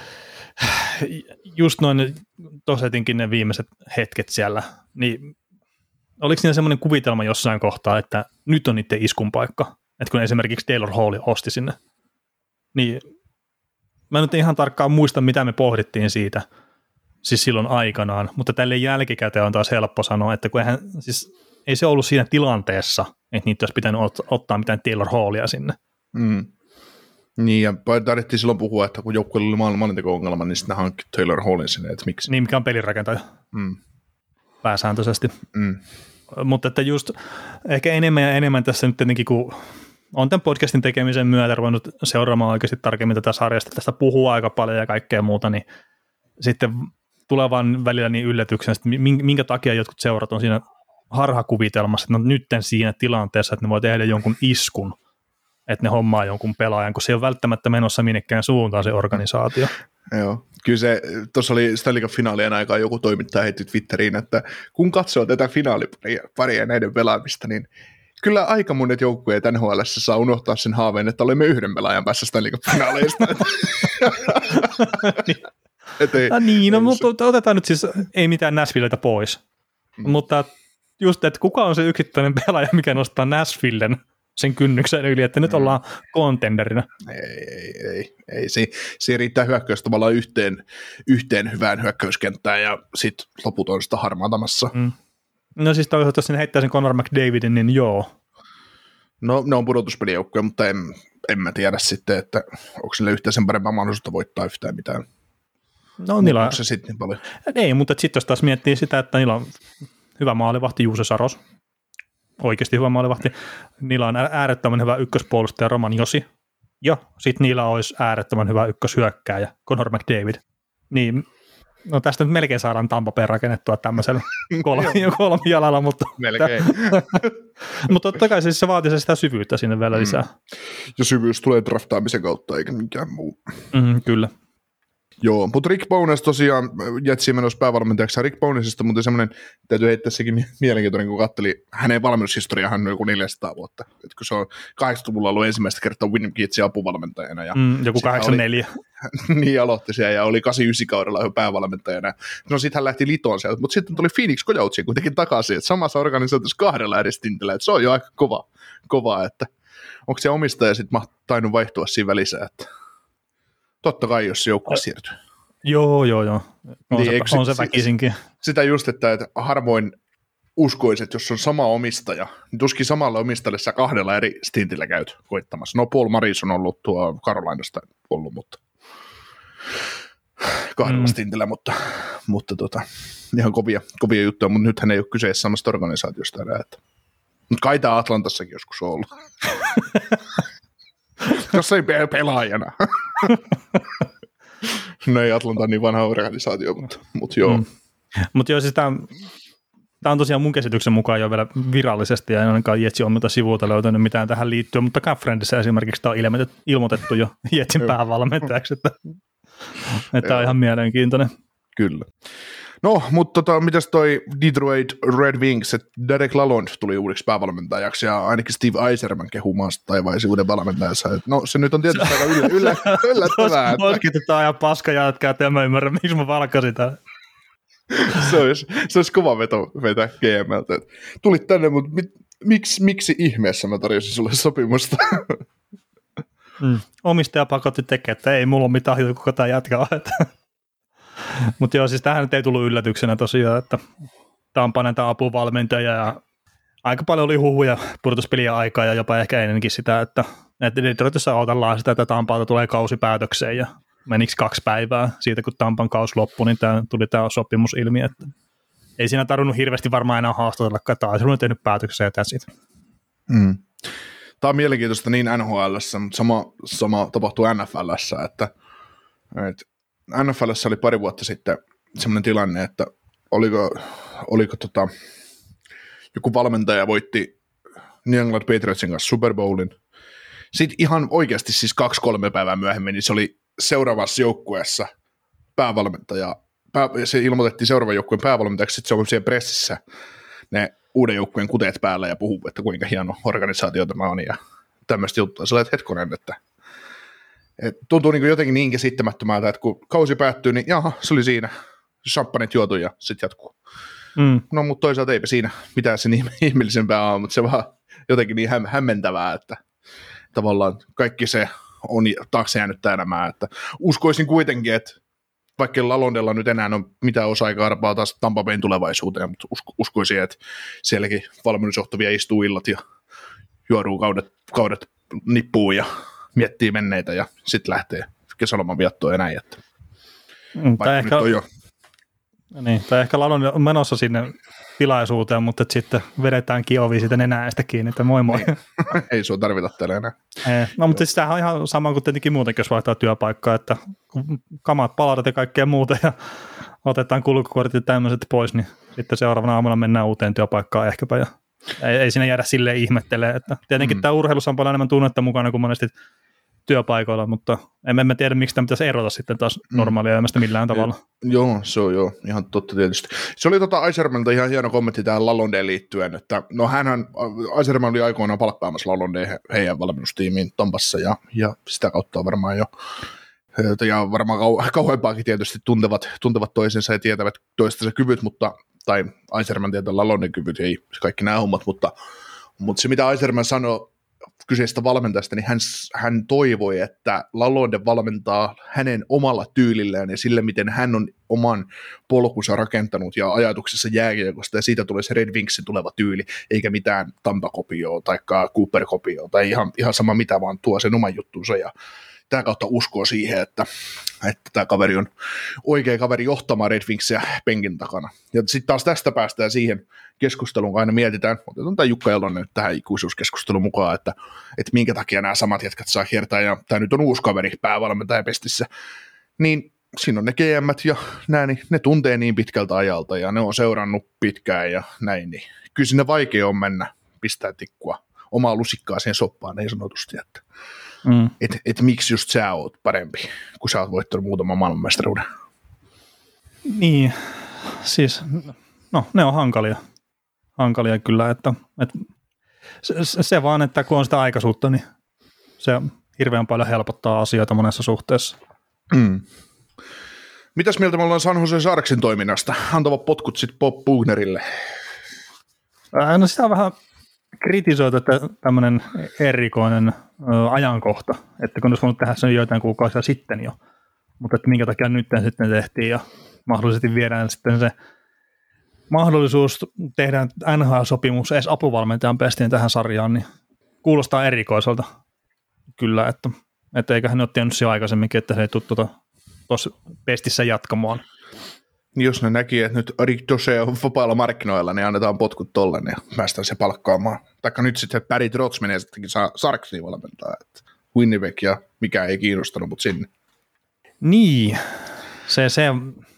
just noin tosiaankin ne viimeiset hetket siellä, niin oliko siinä semmoinen kuvitelma jossain kohtaa, että nyt on niiden iskun paikka, että kun esimerkiksi Taylor Hall osti sinne, niin mä nyt ihan tarkkaan muista, mitä me pohdittiin siitä, siis silloin aikanaan, mutta tälle jälkikäteen on taas helppo sanoa, että kun eihän, siis ei se ollut siinä tilanteessa, että niitä olisi pitänyt ot- ottaa mitään Taylor Hallia sinne. Mm. Niin, ja tarvittiin silloin puhua, että kun joukkueella oli maailman maalinteko-ongelma, niin sitten hankki Taylor Hallin sinne, että miksi. Niin, mikä on pelirakentaja. Mm. Pääsääntöisesti. Mm. Mutta että just ehkä enemmän ja enemmän tässä nyt tietenkin, kun on tämän podcastin tekemisen myötä ruvennut seuraamaan oikeasti tarkemmin tätä sarjasta, tästä puhuu aika paljon ja kaikkea muuta, niin sitten tulee vaan välillä niin yllätyksen, että minkä takia jotkut seurat on siinä harhakuvitelmassa, että no nytten siinä tilanteessa, että ne voi tehdä jonkun iskun, että ne hommaa jonkun pelaajan, kun se ei ole välttämättä menossa minnekään suuntaan se organisaatio. Joo, kyllä se, tuossa oli Stanley Cup-finaalien aikaa joku toimittaja heitti Twitteriin, että kun katsoo tätä finaaliparia ja näiden pelaamista, niin kyllä aika monet joukkueet N H L:ssä saa unohtaa sen haaveen, että olemme yhden pelaajan päässä Stanley Cup-finaaleista. ei, no niin, no, mutta otetaan nyt siis, ei mitään Nashvilleitä pois, mm. mutta just, että kuka on se yksittäinen pelaaja, mikä nostaa Nashvillen sen kynnyksen yli, että nyt mm. ollaan contenderina. Ei, ei, ei. ei. Se, se riittää hyökkäys tavallaan yhteen, yhteen hyvään hyökkäyskenttään ja sitten loput on sitä harmaatamassa. Mm. No siis toisaalta, jos sinne heittää sen Connor McDavidin, niin joo. No ne on pudotuspelijoukkoja, mutta en, en mä tiedä sitten, että onko sille yhtään sen parempaa mahdollisuutta voittaa yhtään mitään. No niillä on se sitten niin paljon? Ei, mutta sitten jos taas miettii sitä, että niillä on hyvä maalivahti Juuse Saros, oikeasti hyvä maalivahti, niillä on äärettömän hyvä ykköspuolustaja Roman Josi, ja sitten niillä olisi äärettömän hyvä ykköshyökkääjä Connor McDavid. Niin, no tästä nyt melkein saadaan Tampa Bay rakennettua tämmöisellä kolmijalalla, mutta melkein. mutta totta kai siis se vaatii sitä syvyyttä sinne vielä lisää. Mm. Ja syvyys tulee draftaamisen kautta, eikä mikään muu. Mm, kyllä. Joo, mutta Rick Bowness tosiaan jätsiin menossa päävalmentajaksi. Rick Bownessista muuten semmoinen, täytyy heittää sekin mielenkiintoinen, kun katseli hänen valmennushistoriaa, hän on joku neljäsataa vuotta. Et kun se on kahdeksankymmentäluvulla ollut ensimmäistä kertaa Winning Kietsin apuvalmentajana. Ja mm, joku kahdeksankymmentäneljä. Oli, niin aloitti siellä ja oli kahdeksankymmentäyhdeksän kaudella jo päävalmentajana. No sitten hän lähti litoon sieltä, mutta sitten tuli Phoenix Coyotesiin kuitenkin takaisin, että samassa organisaatiossa kahdella eri stintillä, että se on jo aika kova, kova että onko se omistaja sitten tainnut vaihtua siinä välissä, että totta kai, jos se joukkue siirtyy. Joo, joo, joo. On, niin, se, on se väkisinkin. Sitä just, että, että harvoin uskoisin, että jos on sama omistaja, niin tuskin samalla omistajalle sä kahdella eri stintillä käyt koittamassa. No Paul Maris on ollut tuo Carolinasta ollut, mutta kahdella mm. stintillä, mutta, mutta tota, ihan kovia, kovia juttuja, mutta nythän ei ole kyseessä samasta organisaatiosta enää. Että. Mutta kai tämä Atlantassakin joskus on ollut. Jos ei pe- pelaajana. No ei Atlanta niin vanha organisaatio, mutta, mutta joo. Mm. Mutta joo, siis tämä on tosiaan mun käsityksen mukaan jo vielä virallisesti, ja en ainakaan Jetsin omilta sivuilta löytänyt mitään tähän liittyen, mutta Cap-Friendissä esimerkiksi tämä on ilmoitettu jo Jetsin päävalmentajaksi, että, että tämä on ihan mielenkiintoinen. Kyllä. No, mutta tota, mitäs toi Detroit Red Wings, että Derek Lalonde tuli uudeksi päävalmentajaksi ja ainakin Steve Yzerman kehumaan taivaisi uuden valmentajansa. No se nyt on tietysti aika yllä, yllä, yllättävää. Se olisikin tätä ajan paska jatkaa, että en mä ymmärrä, miksi mä valkasin tämän. se, olisi, se olisi kova veto vetää G M:ltä. Tulit tänne, mutta mit, miksi, miksi ihmeessä mä tarjosin sulle sopimusta? mm. Omistaja pakotti tekemään, että ei mulla ole mitään hajua, kuka tämä jatkaa. Mutta joo, siis tähän nyt ei tullut yllätyksenä tosiaan, että Tampa näitä apuvalmentajia ja aika paljon oli huhuja pudotuspelien aikaa ja jopa ehkä ennenkin sitä, että, että Detroitissa odotellaan sitä, että Tampaalta tulee kausi päätökseen ja menikö kaksi päivää siitä, kun Tampan kausi loppui, niin tämä, tuli tämä sopimus ilmi, että ei siinä tarvinnut hirveästi varmaan enää haastatella, että taas on tehnyt päätöksiä ja tästä. Mm. Tämä on mielenkiintoista niin N H L:ssä, mutta sama, sama tapahtuu N F L:ssä, että, että N F L:ssä oli pari vuotta sitten sellainen tilanne, että oliko, oliko tota, joku valmentaja voitti New England Patriotsin kanssa Super Bowlin. Sitten ihan oikeasti siis kaksi-kolme päivää myöhemmin, niin se oli seuraavassa joukkueessa päävalmentaja. Pää, se ilmoitettiin seuraavan joukkueen päävalmentajaksi, sitten se on siellä pressissä ne uuden joukkueen kuteet päällä ja puhuu, että kuinka hieno organisaatio tämä on ja tämmöistä juttua. Sä olet hetkonen, että, että tuntuu niin kuin jotenkin niin käsittämättömältä, että kun kausi päättyy, niin jaha, se oli siinä. Champagneit juotu ja sitten jatkuu. Mm. No, mutta toisaalta eipä siinä mitään sen ihmeellisempää on, mutta se vaan jotenkin niin häm- hämmentävää, että tavallaan kaikki se on taakse jäänyt elämää. Että uskoisin kuitenkin, että vaikka Lalondella nyt enää on mitään osa-aikaa arpaa taas Tampa Bayn tulevaisuuteen, mutta usko, uskoisin, että sielläkin valmennusjohtavia istuu illat ja juoduu kaudet, kaudet nippuun ja miettii menneitä ja sitten lähtee kesäloman viettoon ja näin. Että mm, tai, ehkä, jo... niin, tai ehkä Lalonde on menossa sinne tilaisuuteen, mutta sitten vedetään kiovi siitä nenäästä kiinni, että moi moi. Ei sua tarvita täällä enää. Ei, no mutta siis tämähän on ihan sama kuin tietenkin muutenkin, jos vaihtaa työpaikkaa, että kamat palautat ja kaikkea muuta ja otetaan kulkukortit ja tämmöiset pois, niin sitten seuraavana aamuna mennään uuteen työpaikkaan ehkäpä ja ei, ei siinä jäädä silleen ihmettelemään, että tietenkin mm. tämä urheilussa on paljon enemmän tunnetta mukana kuin monesti työpaikoilla, mutta emme, emme tiedä, miksi tämä pitäisi erota sitten taas normaalia elämästä millään tavalla. Joo, se on joo, ihan totta tietysti. Se oli tota Eisermanilta ihan hieno kommentti tähän Lalondeen liittyen, että no hänhän, Eiserman oli aikoinaan palkkaamassa Lalondeen heidän valmennustiimiin Tampassa ja, ja sitä kautta on varmaan jo, ja varmaan kau- kauempaakin tietysti tuntevat, tuntevat toisensa ja tietävät toistensa kyvyt, mutta, tai Eiserman tietää Lalondeen kyvyt, ei kaikki nämä hommat, mutta, mutta se mitä Eiserman sanoi kyseistä valmentajasta, niin hän, hän toivoi, että Lalonde valmentaa hänen omalla tyylillään ja sillä, miten hän on oman polkunsa rakentanut ja ajatuksessa jääkiekosta, ja siitä tulee se Red Wingsin tuleva tyyli, eikä mitään Tampa-kopioa tai Cooper-kopioa tai ihan, ihan sama mitä, vaan tuo sen oman juttunsa ja tämä kautta uskoo siihen, että, että tämä kaveri on oikea kaveri johtamaan Red Wingsia penkin takana. Ja sitten taas tästä päästään siihen keskusteluun, kun aina mietitään, otetaan tämä Jukka Elonen nyt tähän ikuisuuskeskustelun mukaan, että, että minkä takia nämä samat jätkät saa kiertää, ja tämä nyt on uusi kaveri päävalmentaja pestissä, niin siinä on ne G M:t ja nämä, niin ne tuntee niin pitkältä ajalta, ja ne on seurannut pitkään ja näin, niin kyllä sinne vaikea on mennä pistää tikkua omaa lusikkaa siihen soppaan, niin sanotusti, että Mm. Että et miksi just sä oot parempi, kun sä oot voittanut muutaman maailmanmestaruuden. Niin, siis no ne on hankalia, hankalia kyllä, että, että se, se vaan, että kun on sitä aikaisuutta, niin se hirveän paljon helpottaa asioita monessa suhteessa. Mm. Mitäs mieltä me ollaan San Jose Sharksin toiminnasta? Antavat potkut sitten Bob Bugnerille. Ää, no sitä on vähän kritisoitu, että tämmöinen erikoinen ö, ajankohta, että kun olisi voinut tehdä sen joitain kuukausia sitten jo, mutta että minkä takia nyt sitten tehtiin ja mahdollisesti viedään sitten se mahdollisuus tehdä N H L-sopimus edes apuvalmentajan pestiin tähän sarjaan, niin kuulostaa erikoiselta kyllä, että, että eiköhän ne ole tiennyt jo aikaisemminkin, että se ei tule tuossa pestissä jatkamaan. Jos ne näki, että nyt Rick Doshe on vapailla markkinoilla, niin annetaan potkut tollen ja päästään se palkkaamaan. Taikka nyt sitten Barry Trotz menee sittenkin Sharksiin valmentaa, että Winnipeg ja mikä ei kiinnostanut, mutta sinne. Niin, se, se,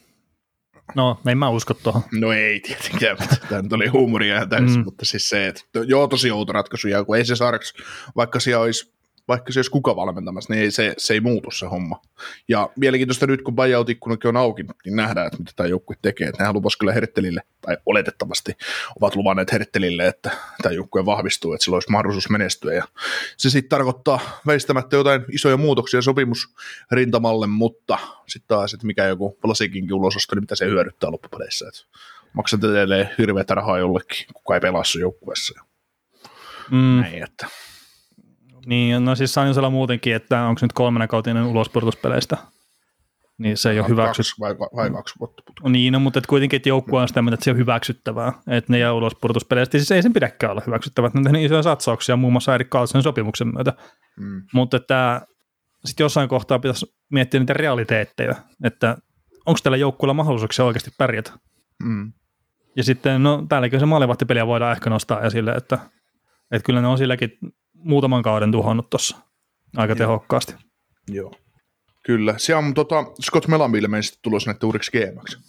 no en mä usko tuohon. No ei tietenkään, tämä nyt oli huumoria täysin, mm. mutta siis se, että joo tosi outo ratkaisu, ja kun ei se Sharks, vaikka siellä olisi vaikka se olisi kuka valmentamassa, niin ei, se, se ei muutu se homma. Ja mielenkiintoista nyt, kun buyout-ikkunakin on auki, niin nähdään, että mitä tämä joukkue tekee. Että nehän lupasi kyllä Herttelille, tai oletettavasti ovat luvanneet Herttelille, että tämä joukkue vahvistuu, että sillä olisi mahdollisuus menestyä. Ja se sitten tarkoittaa väistämättä jotain isoja muutoksia sopimusrintamalle, mutta sitten taas, että mikä joku Vlasikinkin ulososto, niin mitä se hyödyttää loppupeleissä. Että maksat edelleen hirveätä rahaa jollekin, kuka ei pelaa sun joukkueessa. Mm. Näin, että... Niin, no siis San Josella muutenkin, että onko nyt kolmena kautinen ulospurtuspeleistä niin se ei ole hyväksyttävää. Vai, vai kaksi vuotta. Niin, no, mutta et kuitenkin, että joukkue on sitä, että se on hyväksyttävää, että ne jää ulos pudotuspeleistä, siis ei sen pidäkään olla hyväksyttävää, että ne on tehnyt isoja satsauksia muun muassa Erik Karlssonin sopimuksen myötä, mm. mutta että sitten jossain kohtaa pitäisi miettiä niitä realiteetteja, että onko tällä joukkueella mahdollisuuksia oikeasti pärjätä. Mm. Ja sitten, no täälläkin se maalivahtipeliä voidaan ehkä nostaa esille, että, että kyllä ne on silläkin muutaman kauden tuhonnut tuossa aika Joo. tehokkaasti. Joo, kyllä. Siellä on tota, Scott Mellanby ilmeisesti tulossa näiden uudeksi G M:ksi.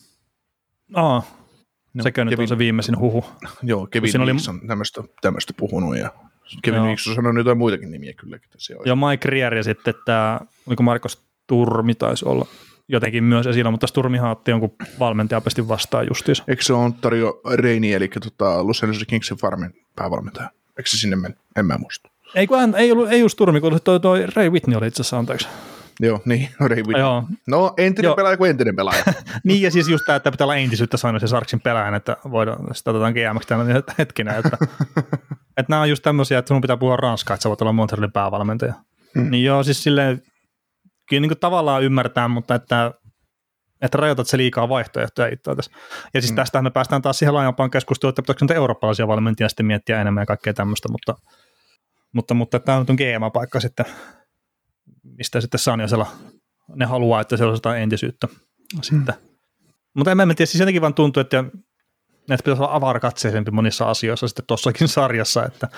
Aa, no, sekä nyt Kevin, on se viimeisin huhu. Joo, Kevin Weeks on tämmöistä, tämmöistä puhunut ja Kevin Weeks on sanonut jotain muitakin nimiä kylläkin. Joo, Mike Rier ja sitten tämä, oliko Markus Turmi taisi olla jotenkin myös esillä, mutta Turmihan otti jonkun valmentaja pesti vastaan justiinsa. Eikö se ole Ontario Reini, eli tota Los Angeles Kingsin Farmin päävalmentaja? Eikö se sinne mennä? En mä muista. Ei, kun hän, ei, ollut, ei just Turmi, kun toi, toi Ray Whitney oli itse asiassa, anteeksi. Joo, niin, Ray Whitney. Joo. No, entinen Joo. pelaaja kuin entinen pelaaja. Niin, ja siis just tämä, että pitää olla entisyyttä saanut se Sarksin pelaajan, että voidaan, sitä otetaan G M:ksi tällainen hetkinä, että, että nämä on just tämmöisiä, että sun pitää puhua ranskaa, että sä voit olla Montrealin päävalmentaja. Hmm. Niin joo, siis silleen, kyllä niin kuin tavallaan ymmärtää, mutta että että rajoitat se liikaa vaihtoehtoja itse tässä. Ja siis mm. tästähän me päästään taas siihen laajempaan keskusteluun, että pitäisikö niitä eurooppalaisia valmentajia sitten miettiä enemmän ja kaikkea tämmöistä, mutta, mutta, mutta tämä on G M-paikka sitten, mistä sitten Sanjasella ne haluaa, että siellä on jotain entisyyttä mm. sitten. Mutta en mä tiedä, siis jotenkin vaan tuntuu, että, että pitäisi olla avarakatseisempi monissa asioissa sitten tuossakin sarjassa, että,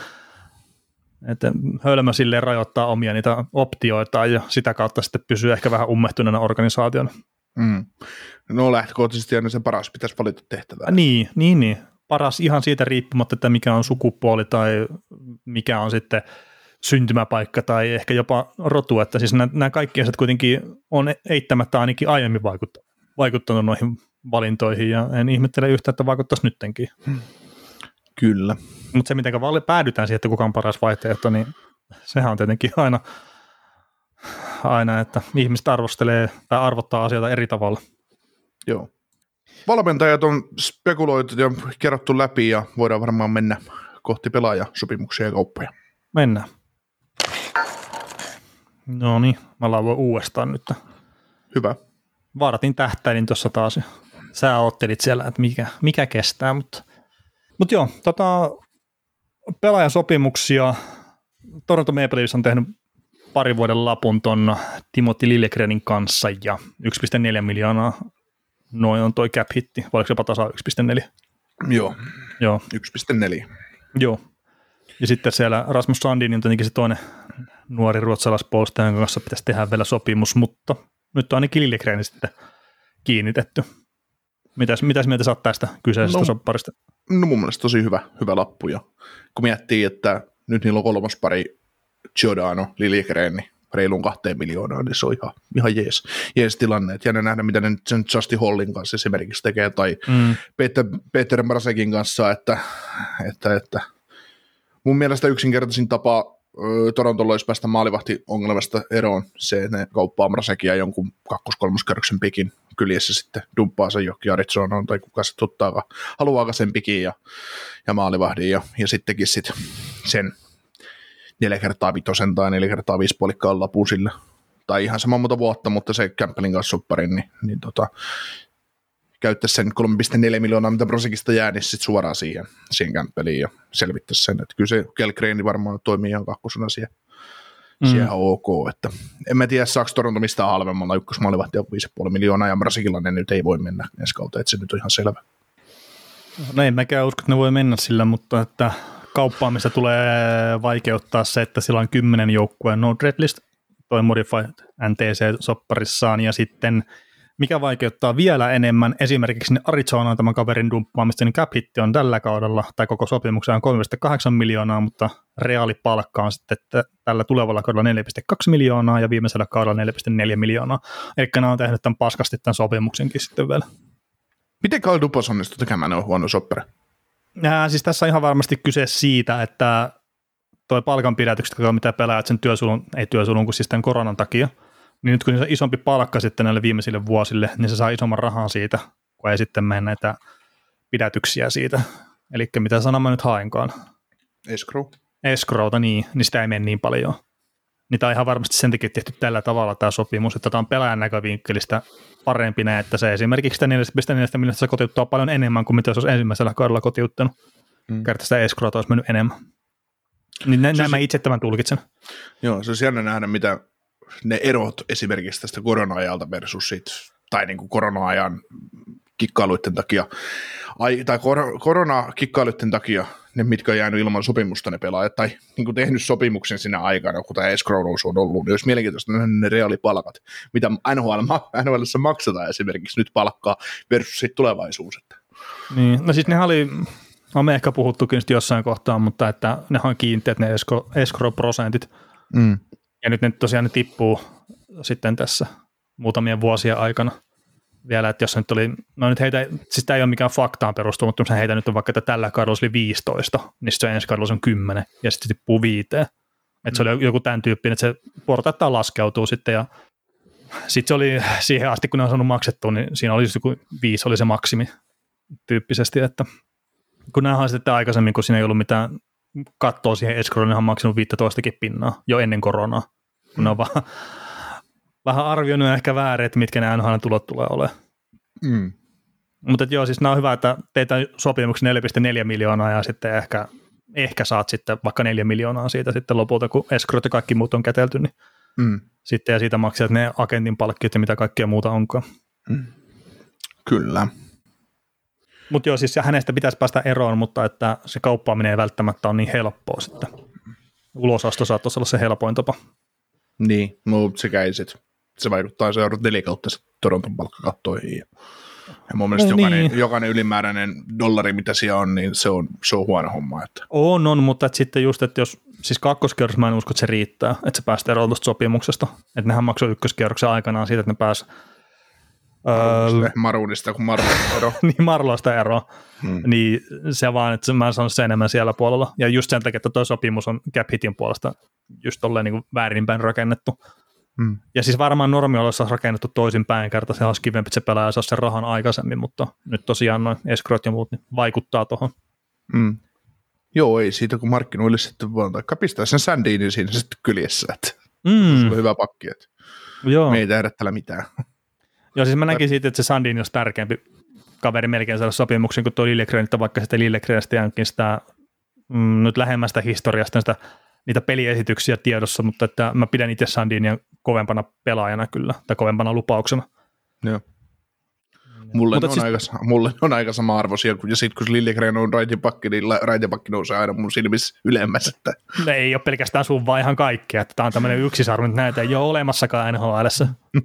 että hölmö silleen rajoittaa omia niitä optioita ja sitä kautta sitten pysyy ehkä vähän ummehtuneena organisaationa. Mm. No lähtökohtaisesti aina se paras pitäisi valita tehtävää. Niin, niin, niin. Paras ihan siitä riippumatta, että mikä on sukupuoli tai mikä on sitten syntymäpaikka tai ehkä jopa rotu, että siis nämä, nämä kaikki asiat kuitenkin on eittämättä ainakin aiemmin vaikuttanut noihin valintoihin ja en ihmettele yhtään, että vaikuttaisi nyttenkin. Hmm. Kyllä. Mutta se, miten päädytään siihen, että kuka on paras vaihtoehto, niin sehän on tietenkin aina aina, että ihmiset arvostelee tai arvottaa asioita eri tavalla. Joo. Valmentajat on spekuloitu ja kerrottu läpi ja voidaan varmaan mennä kohti pelaajasopimuksia ja kauppoja. Mennään. No niin, mä lauvoin uudestaan nyt. Hyvä. Vartin tähtäilin tuossa taas. Sä oottelit siellä, että mikä, mikä kestää, mutta, mutta joo, tota, pelaajasopimuksia. Toronto Maple Leafs on tehnyt parin vuoden lapun ton Timothy Liljegrenin kanssa ja yksi pilkku neljä miljoonaa noin on toi cap hitti, vai oliko jopa tasa yksi pilkku neljä? Joo, Joo. yksi pilkku neljä. Joo, ja sitten siellä Rasmus Sandin on tietenkin se toinen nuori ruotsalaispuolustaja, jonka kanssa pitäisi tehdä vielä sopimus, mutta nyt on ainakin Liljegren sitten kiinnitetty. Mitäs, mitäs mieltä sä oot tästä kyseisestä no, sopparista? No mun mielestä tosi hyvä, hyvä lappu, ja kun miettii, että nyt niillä on kolmas pari Giordano, Liljegren, niin reilun kahteen miljoonaan, niin se on ihan, ihan jees, jees tilanne. Et jännä nähdä, mitä ne nyt sen Justin Hallin kanssa esimerkiksi tekee, tai mm. Peter, Peter Mrasekin kanssa, että, että, että mun mielestä yksinkertaisin tapa ö, Torontolla olisi päästä maalivahti-ongelmasta eroon se, että ne kauppaa Mrasekia jonkun kakkos-kolmoskerroksen pikin kyljessä sitten dumppaa sen johonkin Arizonaan, tai kuka se tuttaakaan, haluaako sen pikin ja, ja maalivahdin, ja, ja sittenkin sit sen neljä kertaa vitosen tai neljä kertaa viisi puolikkaan lapun sille. Tai ihan sama muuta vuotta, mutta se Campbellin kanssa sopparin, niin, niin tota, käyttäisi sen kolme pilkku neljä miljoonaa, mitä Prosekista jää, niin sitten suoraan siihen, siihen Campbelliin ja selvittäisi sen. Että kyllä se Kellgren varmaan toimii ihan kakkosena siihen, mm. siihen ok. Että en mä tiedä, saako Toronto mistään halvemmalla ykkösmaalivahtia viisi pilkku viisi miljoonaa, ja Prosekilla ne nyt ei voi mennä ensi kautta, että se nyt on ihan selvä. No en mäkään usko, että ne voi mennä sillä, mutta että kauppaamista tulee vaikeuttaa se, että sillä on kymmenen joukkueen no trade list, toi Modified N T C-sopparissaan, ja sitten mikä vaikeuttaa vielä enemmän esimerkiksi ne Arizonaan tämän kaverin dumppaamista, niin cap hitti on tällä kaudella, tai koko sopimuksen on kolme pilkku kahdeksan miljoonaa, mutta reaalipalkka on sitten että tällä tulevalla kaudella neljä pilkku kaksi miljoonaa, ja viimeisellä kaudella neljä pilkku neljä miljoonaa, eli nämä on tehnyt tämän paskasti tämän sopimuksenkin sitten vielä. Miten Kyle Dubas onnistui tekemään, ne on huono soppari? Ja, siis tässä on ihan varmasti kyse siitä, että tuo palkanpidätykset, mitä pelaajat sen työsulun, ei työsulun kuin siis tämän koronan takia, niin nyt kun se on isompi palkka sitten näille viimeisille vuosille, niin se saa isomman rahan siitä, kun ei sitten mene näitä pidätyksiä siitä. Eli mitä sanaa mä nyt haenkaan? Escrow. Escrowta, niin, niin sitä ei mene niin paljon. niin tämä on ihan varmasti sen takia tehty tällä tavalla tämä sopimus, että tämä on pelaajan näkövinkkelistä parempi näin, että se esimerkiksi sitä neljä pilkku neljä miljoonaa kotiuttaa paljon enemmän kuin mitä se olisi ensimmäisellä kaudella kotiuttanut. Mm. Kertaa sitä escrowta olisi mennyt enemmän. Niin näin, näin mä itse tämän tulkitsen. Joo, se olisi jännä nähdä, mitä ne erot esimerkiksi tästä korona-ajalta versus siitä, tai niin kuin korona-ajan kikkailuiden takia, ai, tai kor- korona-kikkailuiden takia, ne mitkä on jäänyt ilman sopimusta ne pelaajat, tai niin kuin tehnyt sopimuksen siinä aikana, kun tämä escrow on ollut, niin olisi mielenkiintoista nähdä ne reaalipalkat, mitä N H L, N H L:ssä maksataan esimerkiksi nyt palkkaa versus sitten tulevaisuus. Niin, no siis nehän oli, on me ehkä puhuttukin jossain kohtaa, mutta että nehän on kiinteät ne escrow-prosentit, mm. ja nyt ne tosiaan ne tippuu sitten tässä muutamien vuosien aikana vielä, että jos nyt oli, no nyt heitä, siis tämä ei ole mikään faktaan perustuva, mutta heitä nyt on vaikka, että tällä kaudella oli viisitoista, niin sitten se ensi kaudella on kymmenen, ja sitten se tippuu viiteen. Että se oli joku tämän tyyppinen, että se portaittain laskeutuu sitten, ja sitten se oli siihen asti, kun ne on saanut maksettua, niin siinä oli joku viisi oli se maksimi tyyppisesti, että kun nähdään sitten aikaisemmin, kun siinä ei ollut mitään kattoa siihen escrowlle, niin on maksanut viisitoistakin pinnaa jo ennen koronaa, kun ne on vaan vähän arvioinut ehkä väärin, että mitkä ne N H L-tulot tulee olemaan. Mm. Mutta joo, siis nämä on hyvä, että teitä sopimuksen neljä pilkku neljä miljoonaa ja sitten ehkä, ehkä saat sitten vaikka neljä miljoonaa siitä sitten lopulta, kun escrowt ja kaikki muut on kätelty, niin mm. sitten ja siitä maksat ne agentin palkkiot ja mitä kaikkea muuta onkaan. Mm. Kyllä. Mutta joo, siis hänestä pitäisi päästä eroon, mutta että se kauppaaminen ei välttämättä ole niin helppoa sitten. Ulosasto saattaisi olla se helpoin tapa. Niin, no sekä ei sitten. Se vaikuttaa seuraavat nelikautta Toronton palkkakattoihin. Ja, ja mun mielestä no, jokainen, niin. jokainen ylimääräinen dollari, mitä siellä on, niin se on, se on huono homma. Että. On, on, mutta että sitten just, että jos, siis kakkoskierros mä en usko, että se riittää, että se päästään eroon tuosta sopimuksesta. Että nehän maksoi ykköskierroksen aikanaan siitä, että ne pääsi Öö, Maruunista kuin Marloista ero. niin, Marloista ero. Hmm. Niin se vaan, että mä sanon se enemmän siellä puolella. Ja just sen takia, että tuo sopimus on cap hitin puolesta just tolleen niin kuin väärinpäin rakennettu. Hmm. Ja siis varmaan normioloissa olisi rakennettu toisinpäin, kerta se olisi kivempi, että se pelaaja saa sen rahan aikaisemmin, mutta nyt tosiaan noin escrowt ja muut niin vaikuttaa tuohon. Hmm. Joo, ei siitä, kun markkinoille sitten vaan, taikka pistää sen Sandinin siinä sitten kyljessä, että hmm. se on hyvä pakki, että Joo. me ei tehdä tällä mitään. Joo, siis mä näkin siitä, että se Sandin olisi tärkeämpi kaveri melkein saada sopimuksen kuin tuo Liljegren, että vaikka sitten Liljegrenistä jäänkin sitä mm, nyt lähemmästä historiasta sitä, niitä peliesityksiä tiedossa, mutta että mä pidän itse Sandinia kovempana pelaajana kyllä, tai kovempana lupauksena. Joo. Mulle on, siis, aika, mulle on aika sama arvoisia, ja sitten kun Liljegren on raitipakki, niin raitipakki nousee aina mun silmissä ylemmäs. Että. No ei ole pelkästään sun, vaan ihan kaikkea. Tämä on tämmöinen yksisarvo, että näitä ei ole olemassakaan N H L:ssä.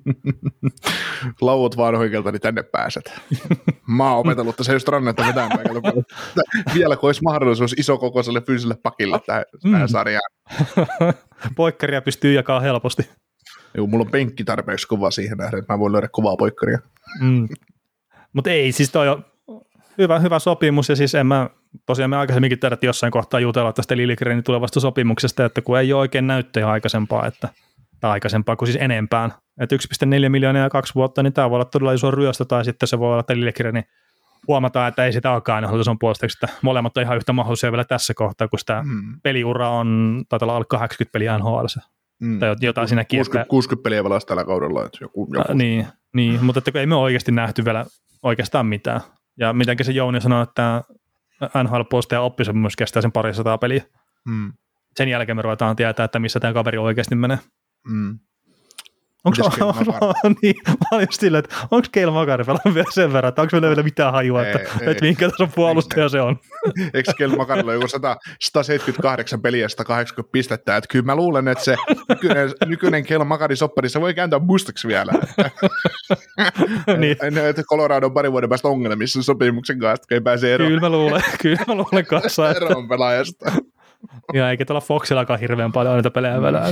Lauvut vaan oikealta, niin tänne pääset. Mä oon opetellut tässä just rannetta vetään paikalla. Vielä kun olisi mahdollisuus isokokoiselle fyysiselle pakille tähän, mm. tähän sarjaan. Poikkaria pystyy jakaa helposti. Joo, mulla on penkki tarpeeksi kova siihen nähden, että mä voin löydä kovaa poikkaria. Mm. Mutta ei, siis toi on hyvä, hyvä sopimus, ja siis en mä, tosiaan me aikaisemminkin tiedät jossain kohtaa jutella tästä Liljegrenin tulevasta sopimuksesta, että kun ei ole oikein näyttöjä aikaisempaa, että, tai aikaisempaa kuin siis enempään, että yksi pilkku neljä miljoonaa ja kaksi vuotta, niin tämä voi olla todella iso ryöstö, tai sitten se voi olla, että Liljegrenin huomataan, että ei sitä alkaa aina se on puolesteksi, että molemmat on ihan yhtä mahdollisia vielä tässä kohtaa, kun sitä hmm. peliura on, taitaa olla alle kahdeksankymmentä peliä N H L:ssä, hmm. tai jotain siinä kuusikymmentä, kuusikymmentä peliä vielä tällä kaudella, että joku, joku. Äh, niin, niin, mutta että ei me ole oikeasti nähty vielä oikeastaan mitään. Ja mitenkin se Jouni sanoi, että N H L-posteja oppisopimus kestää sen parisataa peliä. Mm. Sen jälkeen me ruvetaan tietää, että missä tämä kaveri oikeasti menee. Mm. Onko niin, Cale Makar pelannut vielä sen verran, että onko meillä vielä mitään hajua, ei, että, ei, että minkä tason puolustaja se on? Eikö Cale Makarilla joku sata seitsemänkymmentäkahdeksan peliä sata kahdeksankymmentä pistettä, että kyllä mä luulen, että se nykyinen, nykyinen Cale Makarin soppari, se voi kääntyä mustaksi vielä. niin. Että Colorado on pari vuoden päästä ongelmissa sopimuksen kanssa, kun ei pääse eroon. Kyllä mä luulen, kyllä mä luulen kanssa. Että eroon pelaajasta. Ja eikä tuolla Foxillakaan hirveän paljon näitä pelejä välää.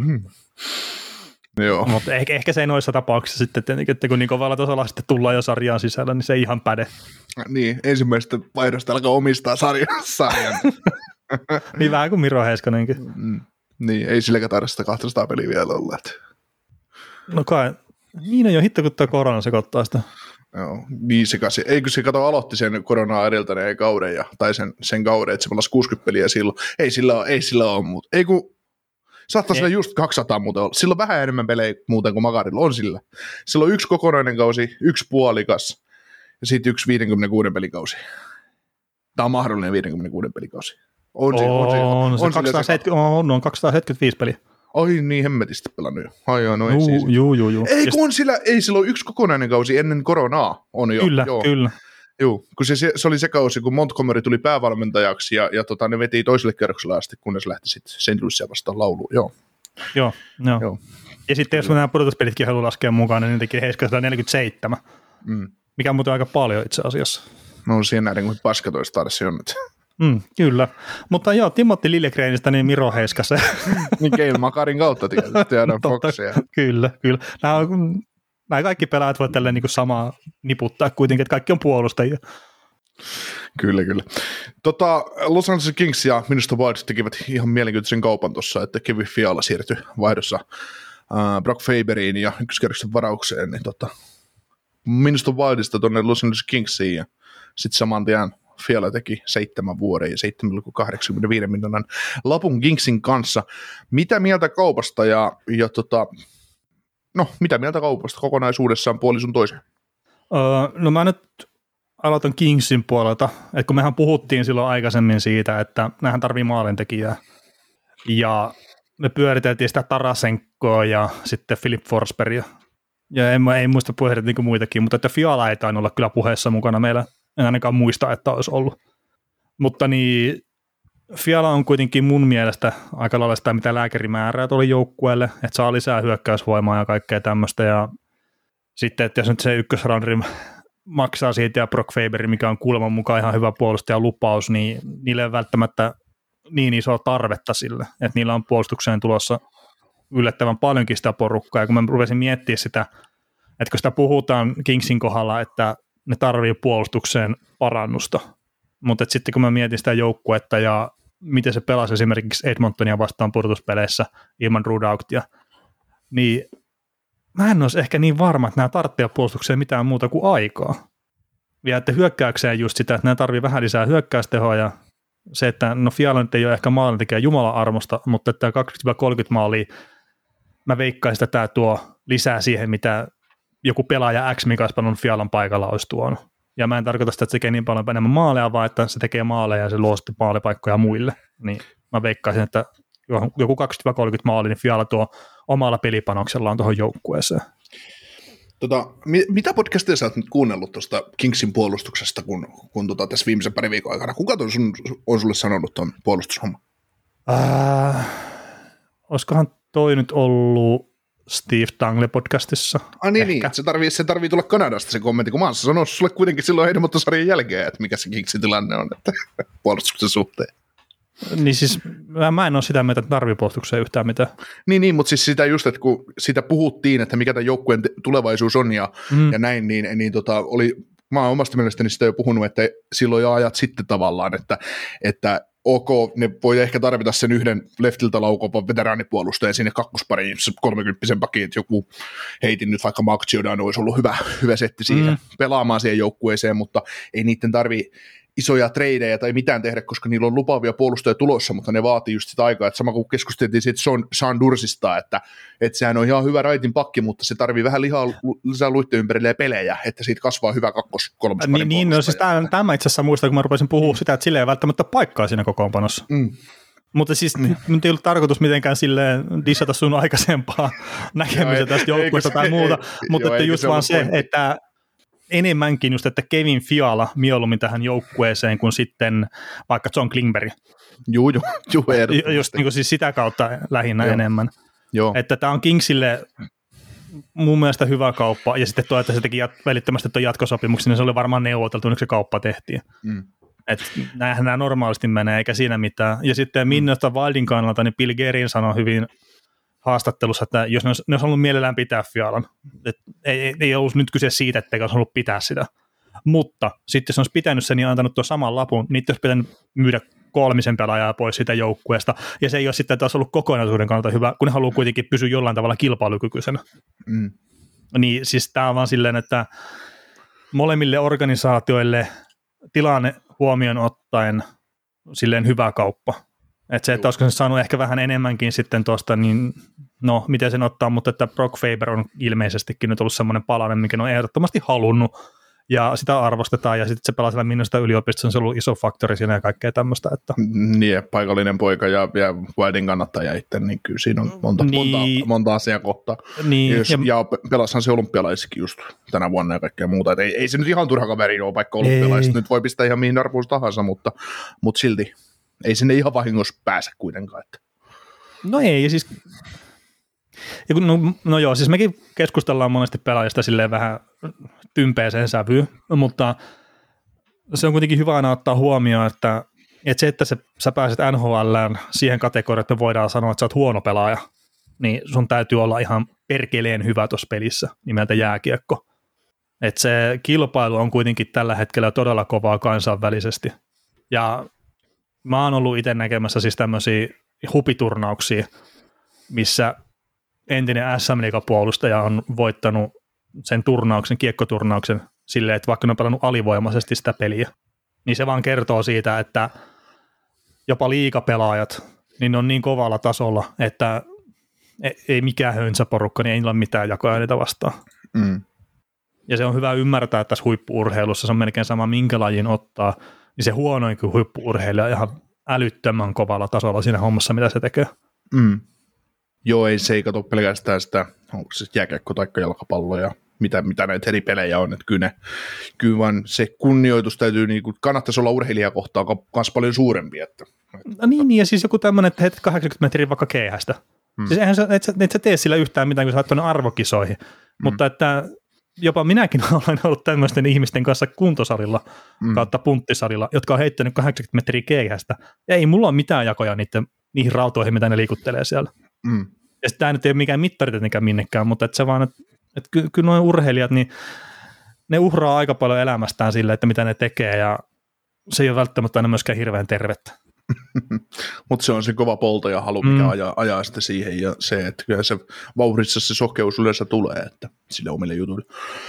Joo. Mutta ehkä, ehkä se ei noissa tapauksissa sitten, että, että kun niin kovalla tasolla sitten tullaan jo sarjaan sisällä, niin se ei ihan päde. Niin, ensimmäisestä vaihdosta alkaa omistaa sarjan. sarjan. niin vähän kuin Miro Heiskanenkin. Mm, niin, ei silläkään taida sitä kaksisataa peliä vielä olla. Että. No kai, niin on jo hitto, kun tuo korona sekoittaa sitä. Joo, niin sekaisin. Eikö se kato aloitti sen koronaa edeltäneen kauden, ja, tai sen, sen kauden, että se pelasi kuusikymmentä peliä silloin. Ei sillä ole, ei sillä ole, mutta ei kun Saattaa sillä just kaksisataa muuten olla. Sillä on vähän enemmän pelejä muuten kuin Makarilla. On sillä. Sillä on yksi kokonainen kausi, yksi puolikas ja sitten yksi viisikymmentäkuusi pelikausi. Tämä on mahdollinen viisikymmentäkuusi pelikausi. On, on, on, se, on, se, on, kaksisataaseitsemänkymmentä, on, on kaksisataaseitsemänkymmentäviisi peliä. Ai niin, hemmetisti pelannut jo. Ai joo, no ei juu, siis. Juu, juu, juu. Ei, kun on sillä, ei sillä ole yksi kokonainen kausi ennen koronaa. On jo. Kyllä, joo. kyllä. Joo, kun se, se oli se kausi, kun Montgomery tuli päävalmentajaksi ja, ja tota, ne veti toiselle kerrokselle asti, kunnes lähti sitten Saint Louisia vastaan lauluun. Joo. Joo, joo. joo. Ja sitten jos nämä pudotuspelitkin haluaa laskea mukaan, niin ne teki Heiskasella neljäkymmentäseitsemän, mm. mikä on muuten aika paljon itse asiassa. No siihen näiden kuin paska toista taida se on nyt. Mm, kyllä, mutta joo, Timothy Liljegreenistä niin Miro Heiskase. Niin Keil Makarin kautta tietysti, ja Foxia. Kyllä, kyllä. Nämä, on, nämä kaikki pelaajat voi tälleen niin kuin samaa niputtaa kuitenkin, että kaikki on puolustajia. Kyllä, kyllä. Tota, Los Angeles Kings ja Minnesota Wild tekivät ihan mielenkiintoisen kaupan tuossa, että Kevin Fiala siirtyi vaihdossa uh, Brock Faberiin ja ykköskerroksen varaukseen, niin tota, Minnesota Wildista tuonne Los Angeles Kingsiin ja sitten saman tien Fiala teki seitsemän vuoden ja seitsemän pilkku kahdeksankymmentäviisi miljoonan lapun Kingsin kanssa. Mitä mieltä kaupasta ja, ja tota, no, mitä mieltä kaupasta kokonaisuudessaan puoli sun toiseen? Öö, no mä nyt aloitan Kingsin puolelta, että kun mehän puhuttiin silloin aikaisemmin siitä, että nämähän tarvii maalintekijää ja me pyöriteltiin sitä Tarasenkoa ja sitten Philip Forsbergia ja en, en muista puheita niin kuin muitakin, mutta että Fiala ei tainnut olla kyllä puheessa mukana meillä. En ainakaan muista, että olisi ollut. Mutta niin, Fiala on kuitenkin mun mielestä aika lailla sitä, mitä lääkäri määrää tuolle joukkueelle, että saa lisää hyökkäysvoimaa ja kaikkea tämmöistä. Ja sitten, että jos nyt se ykkösrounderi maksaa siitä ja Brock Faber, mikä on kuuleman mukaan ihan hyvä puolustajan lupaus, niin niille ei välttämättä niin isoa tarvetta sille, että niillä on puolustukseen tulossa yllättävän paljonkin sitä porukkaa. Ja kun mä rupesin miettimään sitä, että kun sitä puhutaan Kingsin kohdalla, että ne tarvii puolustukseen parannusta, mutta sitten kun mä mietin sitä joukkuetta ja miten se pelasi esimerkiksi Edmontonia vastaan pudotuspeleissä ilman Rudauktia, niin mä en olisi ehkä niin varma, että nämä tarvitsee puolustukseen mitään muuta kuin aikaa. Ja että hyökkäykseen just sitä, että nämä tarvii vähän lisää hyökkäystehoa ja se, että no Fiala nyt ei ole ehkä maalintekijä Jumalan armosta, mutta että kaksikymmentä kolmekymmentä maalia, mä veikkaisin, että tämä tuo lisää siihen, mitä joku pelaaja X, mikä olisi pannut Fialan paikalla, olisi tuonut. Ja mä en tarkoita sitä, että se tekee niin paljon enemmän maaleja, vaan että se tekee maaleja ja se luo sitten maalipaikkoja muille. Niin mä veikkaisin, että joku kaksikymmentä kolmekymmentä maali, niin Fiala tuo omalla pelipanoksellaan tuohon joukkueeseen. Tota, mi- mitä podcastia sä oot nyt kuunnellut tuosta Kingsin puolustuksesta, kun, kun tota, tässä viimeisen pari viikon aikana? Kuka ton sun, on sulle sanonut tuon puolustushomman? Äh, olisikohan toi nyt ollut Steve Dangle podcastissa. Ah niin, niin. Se, tarvii, se tarvii tulla Kanadasta se kommentti, kun mä oon sanonut sulle kuitenkin silloin Edmonton-sarjan jälkeen, että mikä se Kingsin tilanne on että puolustuksen suhteen. Niin siis mä en ole sitä mieltä, että tarvii puolustukseen yhtään mitään. Niin, niin, mutta siis sitä just, että kun sitä puhuttiin, että mikä tämän joukkueen tulevaisuus on ja, mm. ja näin, niin, niin tota, oli, mä oon omasta mielestäni sitä jo puhunut, että silloin jo ajat sitten tavallaan, että, että ok, ne voi ehkä tarvita sen yhden leftiltä laukopan veteraanipuolustajan sinne kakkospariin kolmekymppisen pakin, että joku heitin nyt vaikka Mark Giordano olisi ollut hyvä, hyvä setti siihen mm. pelaamaan siihen joukkueeseen, mutta ei niiden tarvitse isoja treidejä tai mitään tehdä, koska niillä on lupaavia puolustajia tulossa, mutta ne vaatii just sitä aikaa, että sama kuin keskusteltiin siitä Sean, Sean Dursista, että, että sehän on ihan hyvä raitin pakki, mutta se tarvii vähän lihaa, lisää luitten ympärille ja pelejä, että siitä kasvaa hyvä kakkos kolmas Niin, niin no siis tämä itse asiassa muistaa, kun mä rupesin puhua sitä, että sille ei välttämättä paikkaa siinä kokoonpanossa. Mm. Mutta siis nyt ei ollut tarkoitus mitenkään silleen dissata sun aikaisempaa näkemistä tästä joukkueesta tai muuta, ei, mutta joo, että just vaan se, pointti. Että enemmänkin just, että Kevin Fiala mieluummin tähän joukkueeseen kuin sitten vaikka John Klingberg. Juu, juu, juu just niin kuin siis sitä kautta lähinnä joo. enemmän. Joo. Että tämä on Kingsille mun mielestä hyvä kauppa, ja sitten tuo, että se teki jat- välittömästi tuon jatkosopimuksen, niin se oli varmaan neuvoteltu, kun se kauppa tehtiin. Mm. Että näinhän nämä normaalisti menee, eikä siinä mitään. Ja sitten Minnesota Wildin kannalta, niin Bill Guerin sanoi hyvin haastattelussa, että jos ne olisi, ne olisi halunnut mielellään pitää Fialan, että ei, ei, ei ollut nyt kyse siitä, että ei olisi halunnut pitää sitä. Mutta sitten jos ne olisi pitänyt sen ja antanut tuon saman lapun, niin olisi pitänyt myydä kolmisen pelaajaa pois siitä joukkueesta, ja se ei ole sitten taas ollut kokonaisuuden kannalta hyvä, kun ne haluaa kuitenkin pysyä jollain tavalla kilpailukykyisenä. Mm. Niin siis tämä on vaan silleen, että molemmille organisaatioille tilanne huomioon ottaen silleen hyvä kauppa. Että se, että olisiko se saanut ehkä vähän enemmänkin sitten tuosta, niin no, miten sen ottaa, mutta että Brock Faber on ilmeisestikin nyt ollut semmoinen palanen, mikä on ehdottomasti halunnut, ja sitä arvostetaan, ja sitten se pelaa siellä Minnesota yliopistossa, se on ollut iso faktori siinä ja kaikkea tämmöistä. Että... Niin, paikallinen poika ja, ja Wildin kannattaja itse, niin kyllä siinä on monta, niin, monta, monta asiaa kohtaa. Niin, ja, ja, ja pelassahan se olympialaisikin just tänä vuonna ja kaikkea muuta. Et ei, ei se nyt ihan turha kaveri ole, vaikka olympialaiset nyt voi pistää ihan mihin arvoon tahansa, mutta, mutta silti ei sinne ihan vahingossa pääse kuitenkaan. Että. No ei, siis... Ja kun, no, no joo, siis mekin keskustellaan monesti pelaajista silleen vähän tympeeseen sävyyn, mutta se on kuitenkin hyvä aina ottaa huomioon, että, että se, että se, sä pääset N H L:ään siihen kategoriaan, että me voidaan sanoa, että sä oot huono pelaaja, niin sun täytyy olla ihan perkeleen hyvä tuossa pelissä nimeltä jääkiekko. Että se kilpailu on kuitenkin tällä hetkellä todella kovaa kansainvälisesti. Ja mä oon ollut itse näkemässä siis tämmöisiä hupiturnauksia, missä entinen S M-liigapuolustaja on voittanut sen turnauksen, kiekkoturnauksen silleen, että vaikka ne on pelannut alivoimaisesti sitä peliä, niin se vaan kertoo siitä, että jopa liigapelaajat, niin ne on niin kovalla tasolla, että ei mikään höntsäporukka, niin ei ole mitään jakoja niitä vastaan. Mm. Ja se on hyvä ymmärtää, että tässä huippu-urheilussa se on melkein sama, minkä lajin ottaa, niin se huonoin kuin huippu-urheilija ihan älyttömän kovalla tasolla siinä hommassa, mitä se tekee. Mm. Joo, ei se ei kato pelkästään sitä, onko se jääkiekko tai jalkapallo ja mitä, mitä näitä eri pelejä on, että kyllä, ne, kyllä vaan se kunnioitus täytyy, niin kuin, kannattaisi olla urheilijakohtaa myös paljon suurempi. Että, no niin, niin, ja siis joku tämmöinen, että heitet kahdeksankymmentä metriä vaikka keihästä. Hmm. Siis eihän sä, et, sä, et sä tee sillä yhtään mitään, kun sä oot tuonne arvokisoihin, hmm. mutta että jopa minäkin olen ollut tämmöisten ihmisten kanssa kuntosalilla hmm. kautta punttisalilla, jotka on heittänyt kahdeksankymmentä metriä keihästä, ja ei mulla ole mitään jakoja niiden, niihin rautoihin, mitä ne liikuttelee siellä. Mm. Ja sitten tämä nyt ei ole mikään mittari tietenkään minnekään, mutta et se vaan, että et ky- kyllä nuo urheilijat, niin ne uhraa aika paljon elämästään sille, että mitä ne tekee, ja se ei ole välttämättä aina myöskään hirveän tervettä. Mutta se on se kova polto ja halu, mikä mm. ajaa, ajaa sitä siihen, ja se, että kyllä se vauhdissa se sokeus yleensä tulee, että sille omille jutuille.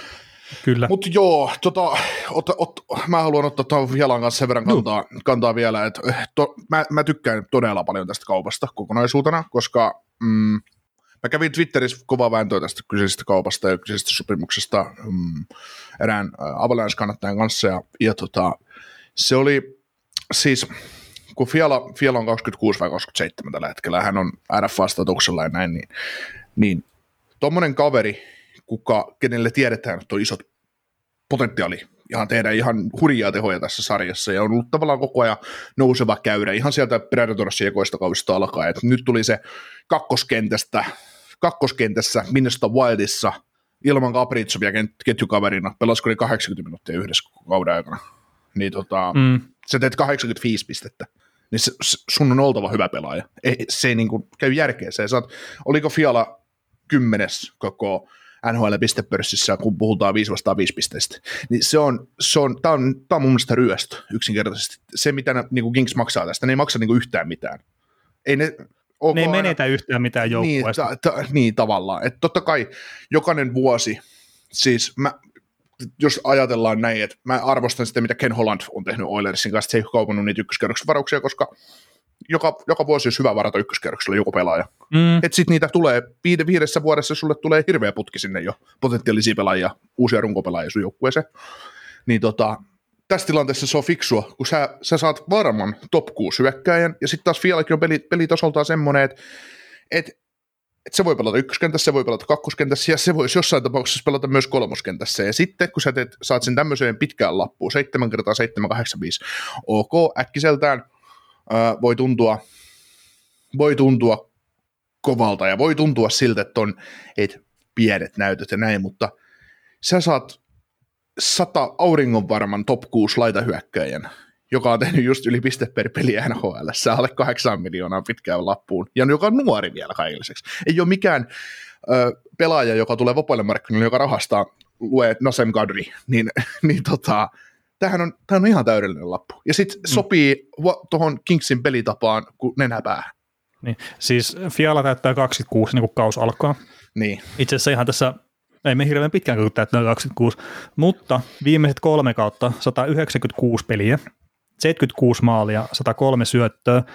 Kyllä. Mutta joo, tota, ot, ot, mä haluan ottaa tuon Fjalan kanssa sen verran kantaa, kantaa vielä, että to, mä, mä tykkään todella paljon tästä kaupasta kokonaisuutena, koska mm, mä kävin Twitterissä kovaa vääntöä tästä kyseisestä kaupasta ja kyseisestä sopimuksesta mm, erään Avalanche-kannattajan kanssa, ja, ja tota, se oli siis, kun Fjala, Fjala on kaksikymmentäkuusi vai kaksikymmentäseitsemän tällä hetkellä, hän on R F A-statuksella ja näin, niin, niin tommonen kaveri, kuka, kenelle tiedetään, että on isot potentiaali ihan tehdä ihan hurjaa tehoja tässä sarjassa, ja on ollut tavallaan koko ajan nouseva käyrä, ihan sieltä Predatorsin ekoista kausista alkaen, että nyt tuli se kakkoskentästä, kakkoskentässä Minnesota Wildissa, ilman Kaprizovia ketjukaverina, pelasiko ne kahdeksankymmentä minuuttia yhdessä kauden aikana, niin tota, mm. sä teet kahdeksankymmentäviisi pistettä, niin se, sun on oltava hyvä pelaaja, ei, se ei niin kuin käy järkeä, se saat, oliko Fiala kymmenes koko N H L-pistepörssissä, kun puhutaan viisi vastaan viisi pisteistä, niin se on, se on, tää on, tää on mun mielestä ryöstö yksinkertaisesti. Se, mitä ne, niin kuin Kings maksaa tästä, ne ei maksa niin kuin yhtään mitään. Ei ne, ne ei aina menetä yhtään mitään joukkueesta. Niin, ta, ta, niin tavallaan. Että totta kai jokainen vuosi, siis mä, jos ajatellaan näin, että mä arvostan sitä, mitä Ken Holland on tehnyt Oilersin kanssa, että se ei kaupannut niitä ykköskerroksen varauksia, koska joka, joka vuosi olisi hyvä varata ykköskerroksella joku pelaaja. Mm. Että sitten niitä tulee, viide, viidessä vuodessa sulle tulee hirveä putki sinne jo, potentiaalisia pelaajia, uusia runkopelaajia sun joukkueeseen. Niin tota, tässä tilanteessa se on fiksua, kun sä, sä saat varman top kuusi hyökkääjän, ja sitten taas vieläkin on peli, pelitasoltaan semmoinen, että et, et se voi pelata ykköskentässä, se voi pelata kakkoskentässä, ja se voisi jossain tapauksessa pelata myös kolmoskentässä. Ja sitten, kun sä teet, saat sen tämmöiseen pitkään lappuun, seitsemän kertaa seitsemän kahdeksan viisi, ok, äkkiseltään, voi tuntua, voi tuntua kovalta ja voi tuntua siltä, että on et pienet näytöt ja näin, mutta sä saat sata auringonvarman top kuusi laitahyökkäjän, joka on tehnyt just yli piste per peli N H L, sä alle kahdeksan miljoonaa pitkään lappuun, ja joka on nuori vielä kaikilliseksi. Ei ole mikään ö, pelaaja, joka tulee vapaille markkinoille, joka rahastaa, lue Nasem Kadri, niin, niin tota, Tämähän on, tämähän on ihan täydellinen lappu. Ja sitten mm. sopii tuohon Kingsin pelitapaan kuin nenäpäähän. Niin. Siis Fiala täyttää kaksikymmentäkuusi, niin kuin kaus alkaa. Niin. Itse asiassa ihan tässä, ei me hirveän pitkään kun täyttää kaksikymmentäkuusi, mutta viimeiset kolme kautta sata yhdeksänkymmentäkuusi peliä, seitsemänkymmentäkuusi maalia, sata kolme syöttöä,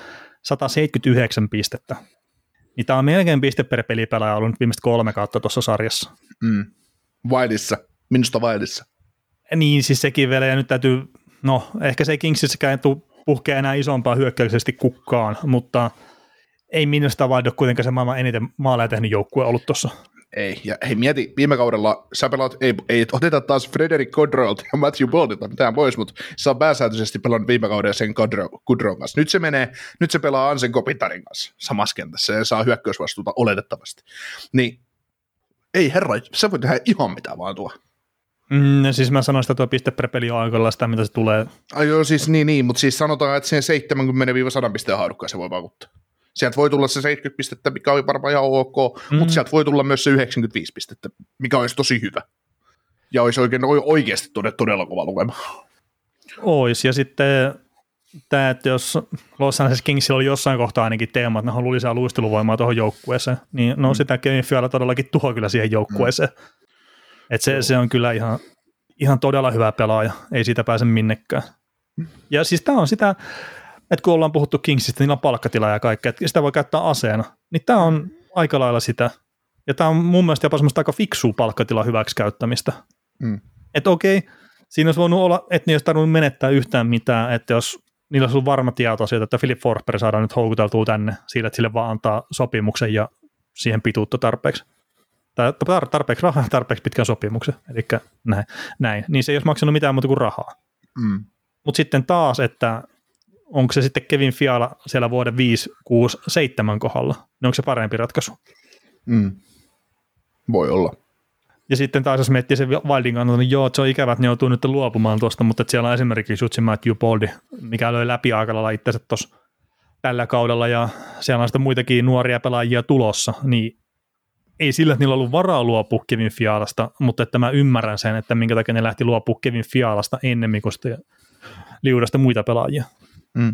sata seitsemänkymmentäyhdeksän pistettä. Niin tämä on melkein piste per pelipelaaja ollut nyt viimeiset kolme kautta tuossa sarjassa. Mm. Wildissa, minusta Wildissa. Niin, siis sekin vielä, ja nyt täytyy, no ehkä se Kingsissäkään ei tule puhkea enää isompaa hyökkäyksellisesti kukkaan, mutta ei minusta Wild ole kuitenkaan se maailman eniten maaleja tehnyt joukkue ollut tuossa. Ei, ja hei mieti, viime kaudella sä pelaat, ei, ei oteta taas Frederick Gaudreaulta ja Matthew Baldilta mitään pois, mutta sä on pääsääntöisesti pelannut viime kaudella sen Gaudreaun kanssa. Nyt se menee, nyt se pelaa Ansen Kopitarin kanssa samassa kentässä ja saa hyökkäysvastuuta oletettavasti. Niin, ei herra, sä voit tehdä ihan mitä vaan tuo. Mm, siis mä sanoin, että tuo piste per peli on aikalla sitä, mitä se tulee. Ai joo, siis niin, niin mutta siis sanotaan, että sen seitsemänkymmentä sata pisteen haarukkaan se voi vaikuttaa. Sieltä voi tulla se seitsemänkymmentä pistettä, mikä on varmaan ihan ok, mm. mutta sieltä voi tulla myös se yhdeksänkymmentäviisi pistettä, mikä olisi tosi hyvä. Ja olisi oikein, oikeasti todella kova lukema. Ois, ja sitten tämä, että jos Los Angeles Kingsilla oli jossain kohtaa ainakin teema, että ne haluaa lisää luisteluvoimaa tuohon joukkueeseen, niin no mm. sitä Kevin Fiala todellakin tuho kyllä siihen joukkueeseen. Mm. Että se, se on kyllä ihan, ihan todella hyvä pelaaja, ei siitä pääse minnekään. Mm. Ja siis tämä on sitä, että kun ollaan puhuttu Kingsistä, niillä on palkkatilaa ja kaikkea, että sitä voi käyttää aseena, niin tämä on aika lailla sitä. Ja tämä on mun mielestä jopa semmoista aika fiksua palkkatila hyväksi käyttämistä. Mm. Että okei, siinä olisi voinut olla, että ne ei olisi tarvinnut menettää yhtään mitään, että jos niillä olisi ollut varma tieto siitä, että Philip Forsberg saadaan nyt houkuteltua tänne sillä, että sille vaan antaa sopimuksen ja siihen pituutta tarpeeksi. Tai tarpeeksi rahaa ja tarpeeksi pitkän sopimuksen, eli näin, näin. Niin se ei olisi maksanut mitään muuta kuin rahaa. Mm. Mutta sitten taas, että onko se sitten Kevin Fiala siellä vuoden viisi, kuusi, seitsemän kohdalla, niin onko se parempi ratkaisu? Mm. Voi olla. Ja sitten taas jos miettii se Wildin kannalta, niin joo, se on ikävä, että ne joutuu nyt luopumaan tuosta, mutta siellä on esimerkiksi Jutsi Matthew Boldy, mikä löi läpi aika lailla itsensä tuossa tällä kaudella, ja siellä on sitten muitakin nuoria pelaajia tulossa, niin ei sillä, että niillä on ollut varaa luopua Kevin Fialasta, mutta että mä ymmärrän sen, että minkä takia ne lähti luopua Kevin Fialasta ennemmin kuin sitten liudasta muita pelaajia. Mm.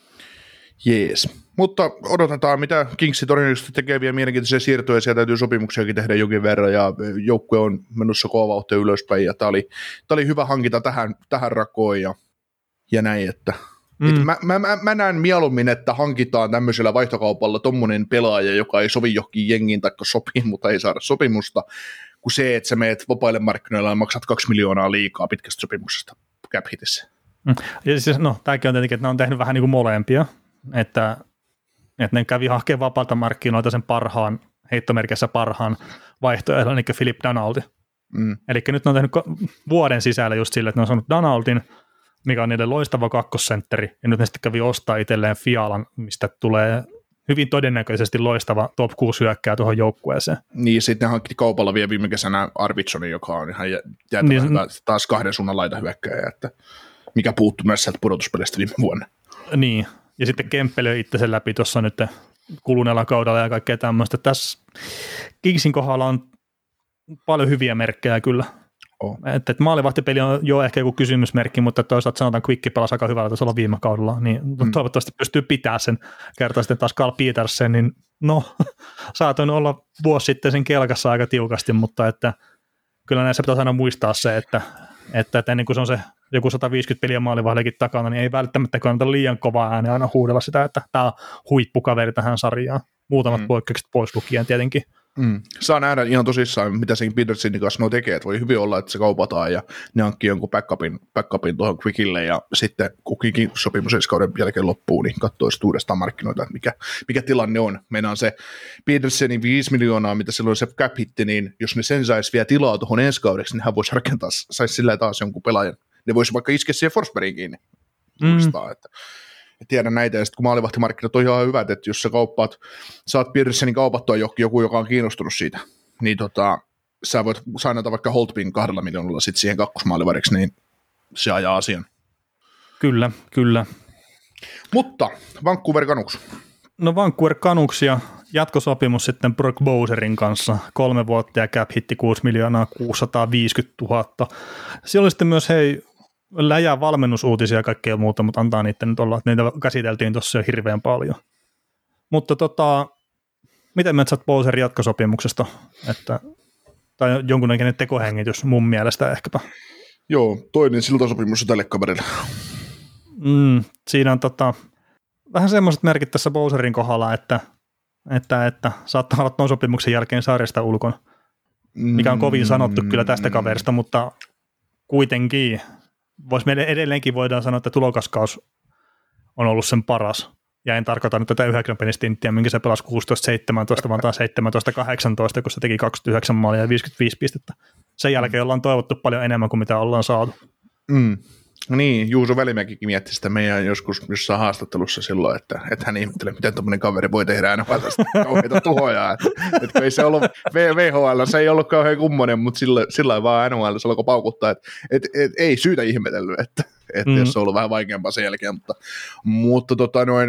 Jees. Mutta odotetaan, mitä Kingsi todennäköisesti tekee vielä mielenkiintoisia siirtoja, siellä täytyy sopimuksiakin tehdä jokin verran, ja joukkue on menossa kova vauhtia ylöspäin, ja tämä oli, oli hyvä hankinta tähän, tähän rakoon, ja, ja näin, että mm. et mä, mä, mä, mä näen mieluummin, että hankitaan tämmöisellä vaihtokaupalla tommonen pelaaja, joka ei sovi johonkin jengiin tai sopii, mutta ei saada sopimusta, kuin se, että sä meet vapaille markkinoilla ja maksat kaksi miljoonaa liikaa pitkästä sopimuksesta cap hitissä. Mm. Ja siis, no, tämäkin on tietenkin, että ne on tehnyt vähän niin kuin molempia, että, että ne kävi hakemaan vapaalta markkinoilta sen parhaan, heittomerkissä parhaan vaihtoehdon, eli Philip Danaulti. Mm. Eli nyt ne on tehnyt vuoden sisällä just sille, että ne on saanut Danaultin, mikä on niille loistava kakkosentteri, ja nyt ne sitten kävi ostaa itselleen Fialan, mistä tulee hyvin todennäköisesti loistava top kuusi hyökkää tuohon joukkueeseen. Niin, sitten ne hankki kaupalla vielä viime kesänä Arvidssonin, joka on ihan jäätävä niin, taas kahden suunnan laita hyökkääjä, että mikä puuttui myös sieltä pudotuspelistä viime vuonna. Niin, ja sitten Kemppeli itse sen läpi tuossa nyt kuluneella kaudella ja kaikkea tämmöistä. Tässä Kingsin kohdalla on paljon hyviä merkkejä kyllä. Oh. Että et maalivahtipeli on jo ehkä joku kysymysmerkki, mutta toisaalta sanotaan Quick pelasi aika hyvällä tasolla viime kaudella, niin mm. toivottavasti pystyy pitämään sen. Kertaa sitten taas Carl Petersen, niin no, saatoin olla vuosi sitten sen kelkassa aika tiukasti, mutta että kyllä näissä pitäisi aina muistaa se, että, että, että ennen kuin se on se joku sata viisikymmentä peliä maalivahdekin takana, niin ei välttämättä kannata liian kovaa ääneen aina huudella sitä, että tämä on huippukaveri tähän sarjaan. Muutamat mm. poikkeukset pois lukien tietenkin. Mm. Saa nähdä ihan tosissaan, mitä sen Petersonin kanssa nuo tekee, että voi hyvin olla, että se kaupataan ja ne hankkii jonkun backupin, backupin tuohon Quickille ja sitten kun Quickin sopimus ensi kauden jälkeen loppuu, niin katsoo uudestaan markkinoita, että mikä, mikä tilanne on. Meinaan se Petersonin viisi miljoonaa, mitä silloin se cap hitti, niin jos ne sen saisi vielä tilaa tuohon ensi kaudeksi, niin hän voisi rakentaa, saisi sillä taas jonkun pelaajan. Ne voisi vaikka iskeä siihen Forsbergin kiinni. Mm. Että tiedän näitä, ja sitten kun maalivahtimarkkinat on ihan hyvät, että jos sä kauppaat, saat Petersonin kaupattua joku, joka on kiinnostunut siitä, niin tota, sä voit sainata vaikka Holtbin kahdella miljoonalla sit siihen kakkosmaalivariksi, niin se ajaa asian. Kyllä, kyllä. Mutta Vancouver Canucks. No Vancouver Canucks ja jatkosopimus sitten Brock Bowserin kanssa, kolme vuotta ja cap hitti kuusi miljoonaa kuusisataaviisikymmentätuhatta. Siellä oli sitten myös hei, läjää valmennusuutisia ja kaikkea muuta, mutta antaa niitä nyt olla, että niitä käsiteltiin tuossa jo hirveän paljon. Mutta tota, miten me saat Bowserin jatkosopimuksesta, että, tai jonkunnäköinen tekohengitys mun mielestä ehkäpä. Joo, toinen siltasopimus tälle kaverille. Mm, siinä on tota, vähän semmoiset merkit tässä Bowserin kohdalla, että, että, että saattaa olla tuon sopimuksen jälkeen sarjasta ulkona, mikä on kovin sanottu kyllä tästä kaverista, mutta kuitenkin vois meille edelleenkin voidaan sanoa, että tulokaskaus on ollut sen paras. Ja en tarkoita nyt tätä yhdeksän pelin stinttiä, minkä se pelasi kuusitoista seitsemäntoista, vaan taas seitsemäntoista kahdeksantoista, kun se teki kaksikymmentäyhdeksän maalia ja viisikymmentäviisi pistettä. Sen jälkeen ollaan toivottu paljon enemmän kuin mitä ollaan saatu. Mm. Niin, Juuso Välimäkikin mietti sitä meidän joskus jossain haastattelussa silloin, että, että hän ihmettelee, miten tuommoinen kaveri voi tehdä aina tästä kauheita tuhoja. Että, että ei se ollut V H L, se ei ollut kauhean kummonen, mutta sillä, sillä vaan N H L se alkoi paukuttaa, että et, et, ei syytä ihmetellyt, että, että mm. jos se on ollut vähän vaikeampaa sen jälkeen, mutta, mutta tota noin.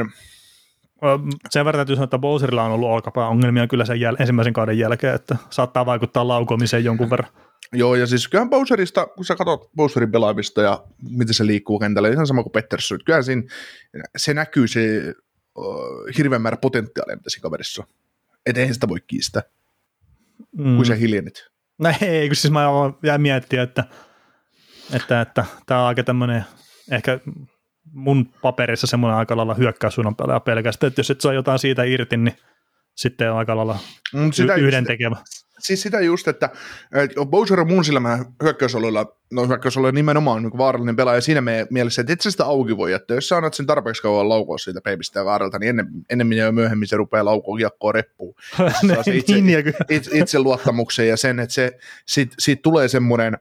Sen verran täytyy sanoa, että Bowserilla on ollut olkapääongelmia kyllä sen jäl- ensimmäisen kauden jälkeen, että saattaa vaikuttaa laukomiseen jonkun verran. Joo, ja siis kyllähän Bowserista, kun sä katsot Bowserin pelaamista ja miten se liikkuu kentällä, ihan sama kuin Pettersson, kyllähän siinä, se näkyy se uh, hirveän määrä potentiaalia, mitä siinä kaverissa on. Et eihän sitä voi kiistää, mm. kun sä hiljennit. No ei, kun siis mä jäin miettimään, että että, että tämä on aika tämmöinen, ehkä mun paperissa semmoinen aika lailla hyökkäyssuunnan pelaaja pelkästään, että jos et saa jotain siitä irti, niin sitten on aika lailla mm, sitä yhden tekevä. Siis sitä just, että, että Bowser on mun silmään hyökkäysoloilla, no hyökkäysoloilla nimenomaan niin vaarallinen pelaaja siinä mielessä, että et sä sitä auki voi jättää. Jos sä annat sen tarpeeksi kauan laukoa siitä peipistä ja vaaralta, niin ennen, ennemmin ja myöhemmin se rupeaa laukoa kiekkoa reppuun. Se saa se itse, itse, itse luottamuksen ja sen, että se, siitä, siitä tulee semmoinen,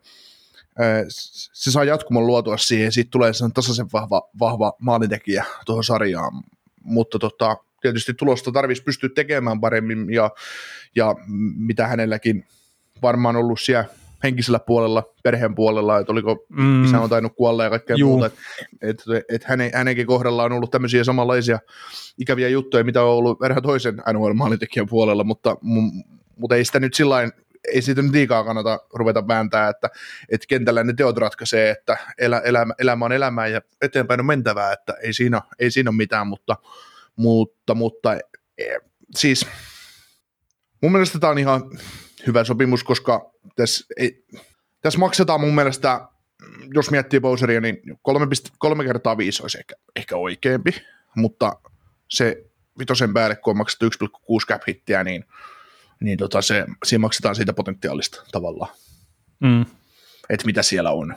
se saa jatkumon luotua siihen, siitä tulee tasaisen vahva, vahva maalintekijä tuohon sarjaan, mutta tota, tietysti tulosta tarvitsisi pystyä tekemään paremmin, ja, ja mitä hänelläkin varmaan ollut siellä henkisellä puolella, perheen puolella, että oliko mm. isä on tainnut kuolla ja kaikkea Juu. muuta, että et, et hänen, hänenkin kohdalla on ollut tämmöisiä samanlaisia ikäviä juttuja, mitä on ollut erään toisen N H L-maalintekijän puolella, mutta, mutta ei sitä nyt sillain, ei siitä nyt liikaa kannata ruveta vääntää, että, että kentällä ne teot ratkaisee, että elä, elämä, elämä on elämää ja eteenpäin on mentävää, että ei siinä, ei siinä ole mitään, mutta, mutta, mutta siis mun mielestä tämä on ihan hyvä sopimus, koska tässä, ei, tässä maksetaan mun mielestä, jos miettii Bowseria, niin kolme, kolme kertaa viisi olisi ehkä, ehkä oikeampi, mutta se vitosen päälle, kun on maksettu yksi pilkku kuusi cap hittiä, niin niin tota se, siinä maksetaan siitä potentiaalista tavallaan, mm. että mitä siellä on.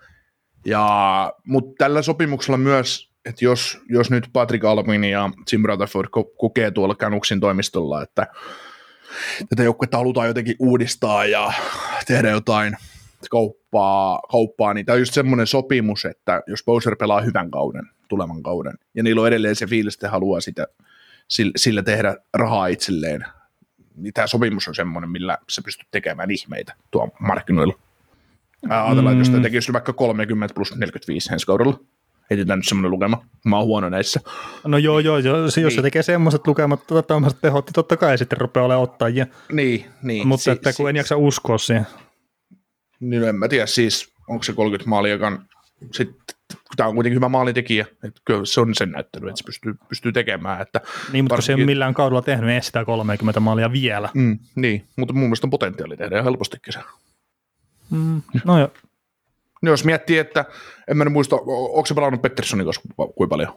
Ja, mutta tällä sopimuksella myös, että jos, jos nyt Patrick Allvin ja Jim Rutherford ko- kokee tuolla Canucksin toimistolla, että tätä joukkuetta halutaan jotenkin uudistaa ja tehdä jotain kauppaa, kauppaa niin tämä on just semmoinen sopimus, että jos Bowser pelaa hyvän kauden, tulevan kauden, ja niillä on edelleen se fiilis, että haluaa sitä, sillä tehdä rahaa itselleen, niin tämä sopimus on semmoinen, millä sä pystyt tekemään ihmeitä tuon markkinoilla. Ajatellaan, mm. että jos tämä tekisi vaikka kolmekymmentä plus neljäkymmentäviisi ensi kaudella. Heitetään nyt semmoinen lukema. Mä oon huono näissä. No joo, joo, joo. Jos niin. se tekee semmoiset lukemat, tämmöiset tehot, niin totta kai sitten rupeaa olemaan ottajia. Niin, niin. Mutta si- että kun si- en jaksa uskoa siihen. Niin en mä tiedä, siis onko se kolmekymmentä maalia, joka on, sit, tämä on kuitenkin hyvä maalintekijä, että kyllä se on sen näyttänyt, että se pystyy, pystyy tekemään. Että niin, mutta varsinkin, se ei ole millään kaudella tehnyt edes sitä kolmekymmentä maalia vielä. Mm, niin, mutta mun mielestä on potentiaali tehdä ihan helpostikin se. Mm, no joo. No jos miettii, että en mä nyt muista, onko se pelannut Petterssonin kanssa kuinka paljon?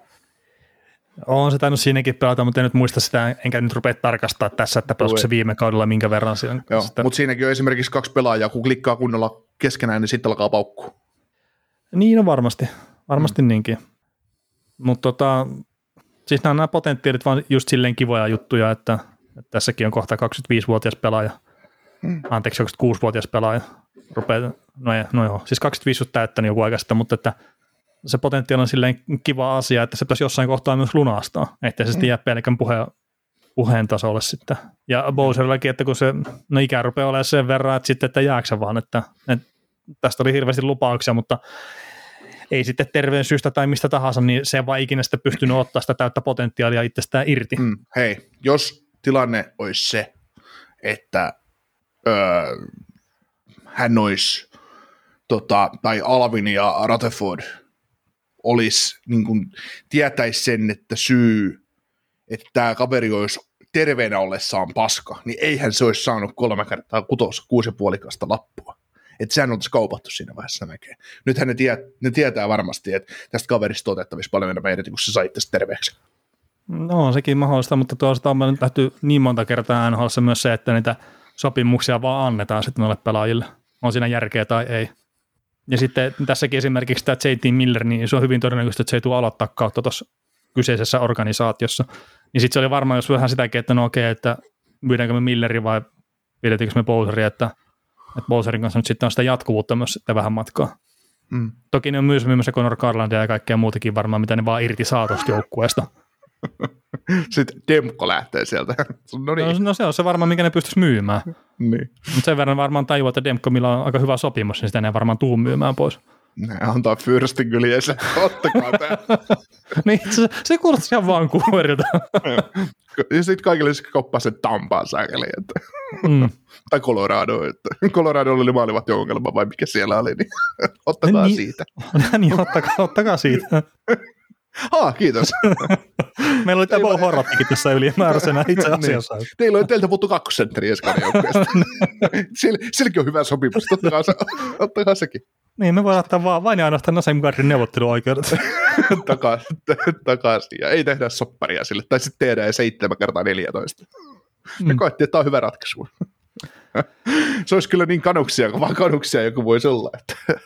On se tainnut siinäkin pelata, mutta en nyt muista sitä, enkä nyt rupea tarkastaa tässä, että pelasiko se viime kaudella minkä verran. Joo, sitä... mutta siinäkin on esimerkiksi kaksi pelaajaa, kun klikkaa kunnolla keskenään, niin sitten alkaa paukkua. Niin on varmasti, varmasti mm. niinkin. Mutta tota, siis nämä, nämä potentiaalit vaan just silleen kivoja juttuja, että, että tässäkin on kohta kaksikymmentäviisivuotias pelaaja, mm. anteeksi kaksikymmentäkuusivuotias pelaaja, rupeaa, no, ei, no joo, siis kaksikymmentäviisi on täyttänyt joku aikaista, mutta että se potentiaali on silleen kiva asia, että se pitäisi jossain kohtaa myös lunastaa, ettei se sitten jää pelkän puheen, puheen tasolle sitten. Ja Bowserillakin, että kun se no ikä rupeaa olemaan sen verran, että sitten, että jääksä vaan, että, että tästä oli hirveästi lupauksia, mutta ei sitten terveen syystä tai mistä tahansa, niin se ei vaan ikinä sitten pystynyt ottaa sitä täyttä potentiaalia itsestään irti. Mm, hei, jos tilanne olisi se, että öö, hän olisi, tota, tai Alvin ja Rutherford olisi, niin kuin, tietäisi sen, että syy, että tämä kaveri olisi terveenä ollessaan paska, niin eihän se olisi saanut kolme kertaa kutos, kuusi puolikasta lappua. Että sehän oltaisiin kaupattu siinä vaiheessa näkee. Nythän ne, tie, ne tietää varmasti, että tästä kaverista on otettavissa paljon enemmän irti, kun se sai tästä terveeksi. No on sekin mahdollista, mutta toisaalta on nyt nähty niin monta kertaa N H L:ssä myös se, että niitä sopimuksia vaan annetaan sitten noille pelaajille. On siinä järkeä tai ei. Ja sitten tässäkin esimerkiksi tämä J T Miller, niin se on hyvin todennäköistä, että se ei tule aloittaa kautta tuossa kyseisessä organisaatiossa. Niin sitten se oli varmaan jos vähän sitäkin, että no okei, että myydäänkö me Milleri vai pidetäänkö me Bowseria, että, että Bowserin kanssa nyt sitten on sitä jatkuvuutta myös sitten vähän matkaa. Mm. Toki ne on myös myymässä Conor Garlandia ja kaikkea muutakin varmaan, mitä ne vaan irti saa tuosta joukkueesta. Sitten Demko lähtee sieltä. No, niin. no, no se on se varmaan, mikä ne pystyisi myymään. Niin. Mutta sen verran varmaan tajua, että Demko, millä on aika hyvä sopimus, niin sitä ne varmaan tuu myymään pois. Ne antaa Fyrstin kyljensä, ottakaa tämä. Niin, se, se kuulostaa ihan Vancouverilta. Ja sitten kaikille se koppaa sen Tampaan säkeli, että mm. tai Colorado, että Colorado oli maalivat jo ongelma vai mikä siellä oli, niin ottakaa niin, siitä. Niin, ottakaa, ottakaa siitä. Haa, kiitos. Meillä oli tämä Horvattikin tässä ylimääräisenä itse asiassa. Niin. Teillä oli teiltä puuttu kakkosentteri Eskarin joukkueesta. Silläkin on hyvä sopimus, ottakaa, se, ottakaa sekin. Niin, me voidaan ottaa vaan, vain ja ainoastaan Nasem Kadrin neuvotteluoikeudet. takaisin, takaisin, ja ei tehdä sopparia sille, tai sitten tehdään seitsemän kertaa neljätoista. Me mm. koettiin, että tämä on hyvä ratkaisu. Se olisi kyllä niin kanuksia, vaan kanuksia joku voisi olla. Että.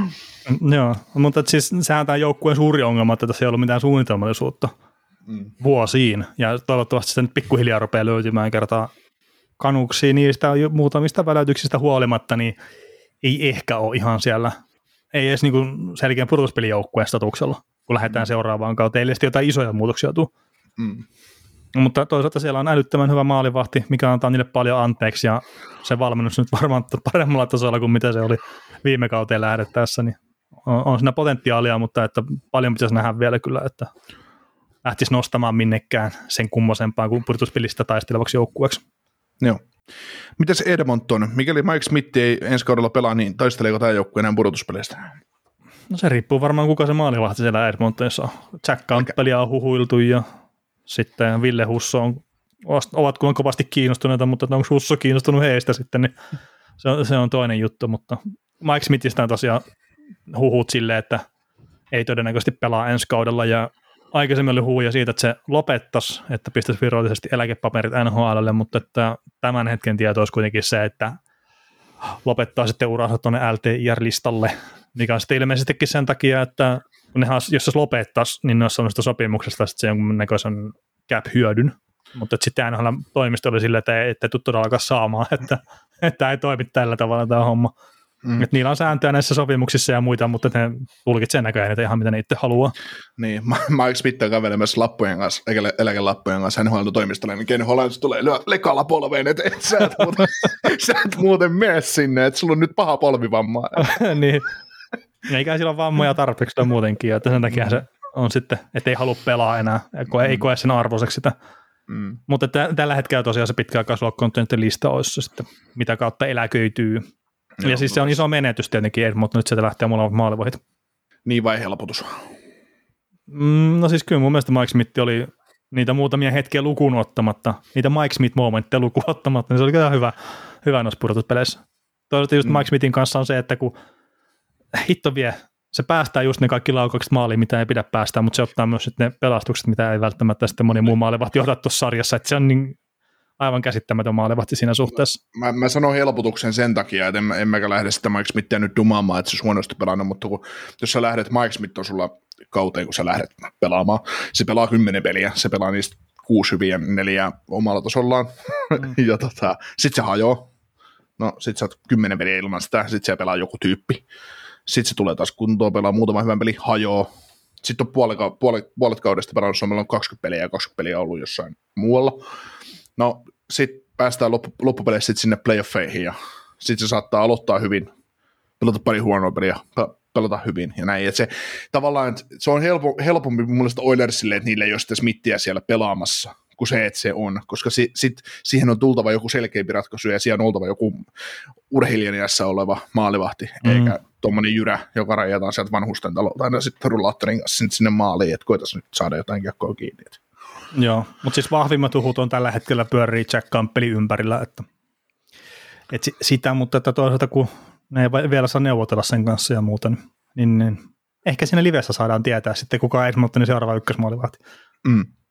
Joo, mutta siis sehän tämä joukkueen suuri ongelma, että tässä ei ollut mitään suunnitelmallisuutta mm. vuosiin, ja toivottavasti se nyt pikkuhiljaa rupeaa löytymään kertaa kanuksia niistä muutamista väläytyksistä huolimatta, niin ei ehkä ole ihan siellä, ei edes niinku selkeän pudotuspelijoukkueen statuksella, kun lähdetään mm. seuraavaan kautta, ei edes jotain isoja muutoksia tule. Mm. Mutta toisaalta siellä on älyttömän hyvä maalivahti, mikä antaa niille paljon anteeksi, ja se valmennus nyt varmaan paremmalla tasolla kuin mitä se oli viime kauteen lähdettäessä, niin on, on siinä potentiaalia, mutta että paljon pitäisi nähdä vielä kyllä, että lähtisi nostamaan minnekään sen kummosempaan kuin pudotuspelistä taistelevaksi joukkueeksi. Joo. Mites Edmonton? Mikäli Mike Smith ei ensi kaudella pelaa, niin taisteleeko tämä joukkue enää pudotuspeleistä? No se riippuu varmaan kuka se maalivahti siellä Edmontonissa on. Jack Campbellia on huhuiltu ja sitten Ville Husso on, ovat kyllä kovasti kiinnostuneita, mutta onko Husso kiinnostunut heistä sitten, niin se on, se on toinen juttu, mutta Mike Smithistä on tosiaan huhut silleen, että ei todennäköisesti pelaa ensi kaudella ja aikaisemmin oli huhuja siitä, että se lopettaisi, että pistäisi virallisesti eläkepaperit N H L:lle, mutta että tämän hetken tieto olisi kuitenkin se, että lopettaa sitten uransa tuonne L T I R-listalle, mikä on sitten ilmeisestikin sen takia, että ne, jos se lopettaisi, niin ne olisi saanut sitä sopimuksesta sitten se jonkunnäköisen cap-hyödyn, mutta sitten N H L-toimisto oli silleen, että ei, että tule todellakaan saamaan, että, että ei toimi tällä tavalla tämä homma. Mm. Että niillä on sääntöjä näissä sopimuksissa ja muita, mutta ne tulkitsee näköjään niitä ihan mitä ne itse haluaa. Niin, Mike Smith on kävelemässä lappujen kanssa, eläkelappujen kanssa N H L-toimistolle, niin Ken Hollands tulee lyö lekalla polveen, että et, sä, et muuten, sä et muuten mene sinne, että sulla on nyt paha polvivamma. Niin, eikä sillä ole vammoja tarpeeksi muutenkin, että sen takia se on sitten, että ei halua pelaa enää, kun ei koe sen arvoiseksi sitä. Mm. Mutta t- tällä hetkellä tosiaan se pitkäaikaisluokkontoinnin lista olisi sitten, mitä kautta eläköityy. Ja joo, siis se on iso menetys tietenkin, mutta nyt sieltä lähtee molemmat maalivahit. Niin vai helpotus? Mm, no siis kyllä mun mielestä Mike Smith oli niitä muutamia hetkiä lukuun ottamatta, niitä Mike Smith-momentteja lukuun ottamatta, niin se oli kyllä hyvä, hyvä noissa pudotuspeleissä. Toisaalta just mm. Mike Smithin kanssa on se, että kun hitto vie, se päästää just ne kaikki laukaukset maaliin, mitä ei pidä päästää, mutta se ottaa myös sitten ne pelastukset, mitä ei välttämättä sitten moni muu maalivahti johda tuossa sarjassa, että se on niin aivan käsittämätön maalivahti siinä suhteessa. Mä, mä sanon helpotuksen sen takia, että en, en mäkä lähde sitä Mike Smithia nyt dumaamaan, että se olisi huonosti pelannut, mutta kun, jos sä lähdet, Mike Smith on sulla kauteen, kun sä lähdet pelaamaan, se pelaa kymmenen peliä, se pelaa niistä kuusi hyviä, neljä omalla tasollaan, mm. ja tota, sit se hajoaa. No sit sä oot kymmenen peliä ilman sitä, sit se pelaa joku tyyppi. Sit se tulee taas kuntoon, pelaa muutama hyvän peli, hajoaa. Sitten on puolet, puolet, puolet kaudesta pelannut, Suomella on kaksikymmentä peliä ja kaksikymmentä peliä ollut jossain muualla. No, sitten päästään loppu, loppupeleissä sit sinne playoffeihin, ja sitten se saattaa aloittaa hyvin, pelata pari huonoa peliä, pelata hyvin, ja näin. Et se, tavallaan, et se on helpo, helpompi mun mielestä Oilersille, että niillä ei ole sitä Smithia siellä pelaamassa, kuin se, että se on, koska si, sit, siihen on tultava joku selkeämpi ratkaisu, ja siellä on oltava joku urheilijaniässä oleva maalivahti, mm. eikä tuommoinen jyrä, joka rajataan sieltä vanhusten talolta, aina sitten rullaattorin kanssa sinne maaliin, että koitaisiin nyt saada jotain kiekkoa kiinni. Joo, mutta siis vahvimmat uhut on tällä hetkellä pyörii Jack Campbellin ympärillä, että, että sitä, mutta että toisaalta kun ne ei vielä saa neuvotella sen kanssa ja muuta, niin, niin ehkä siinä livessä saadaan tietää sitten, kuka on Edmontonin seuraava ykkösmaalivahti. Mm.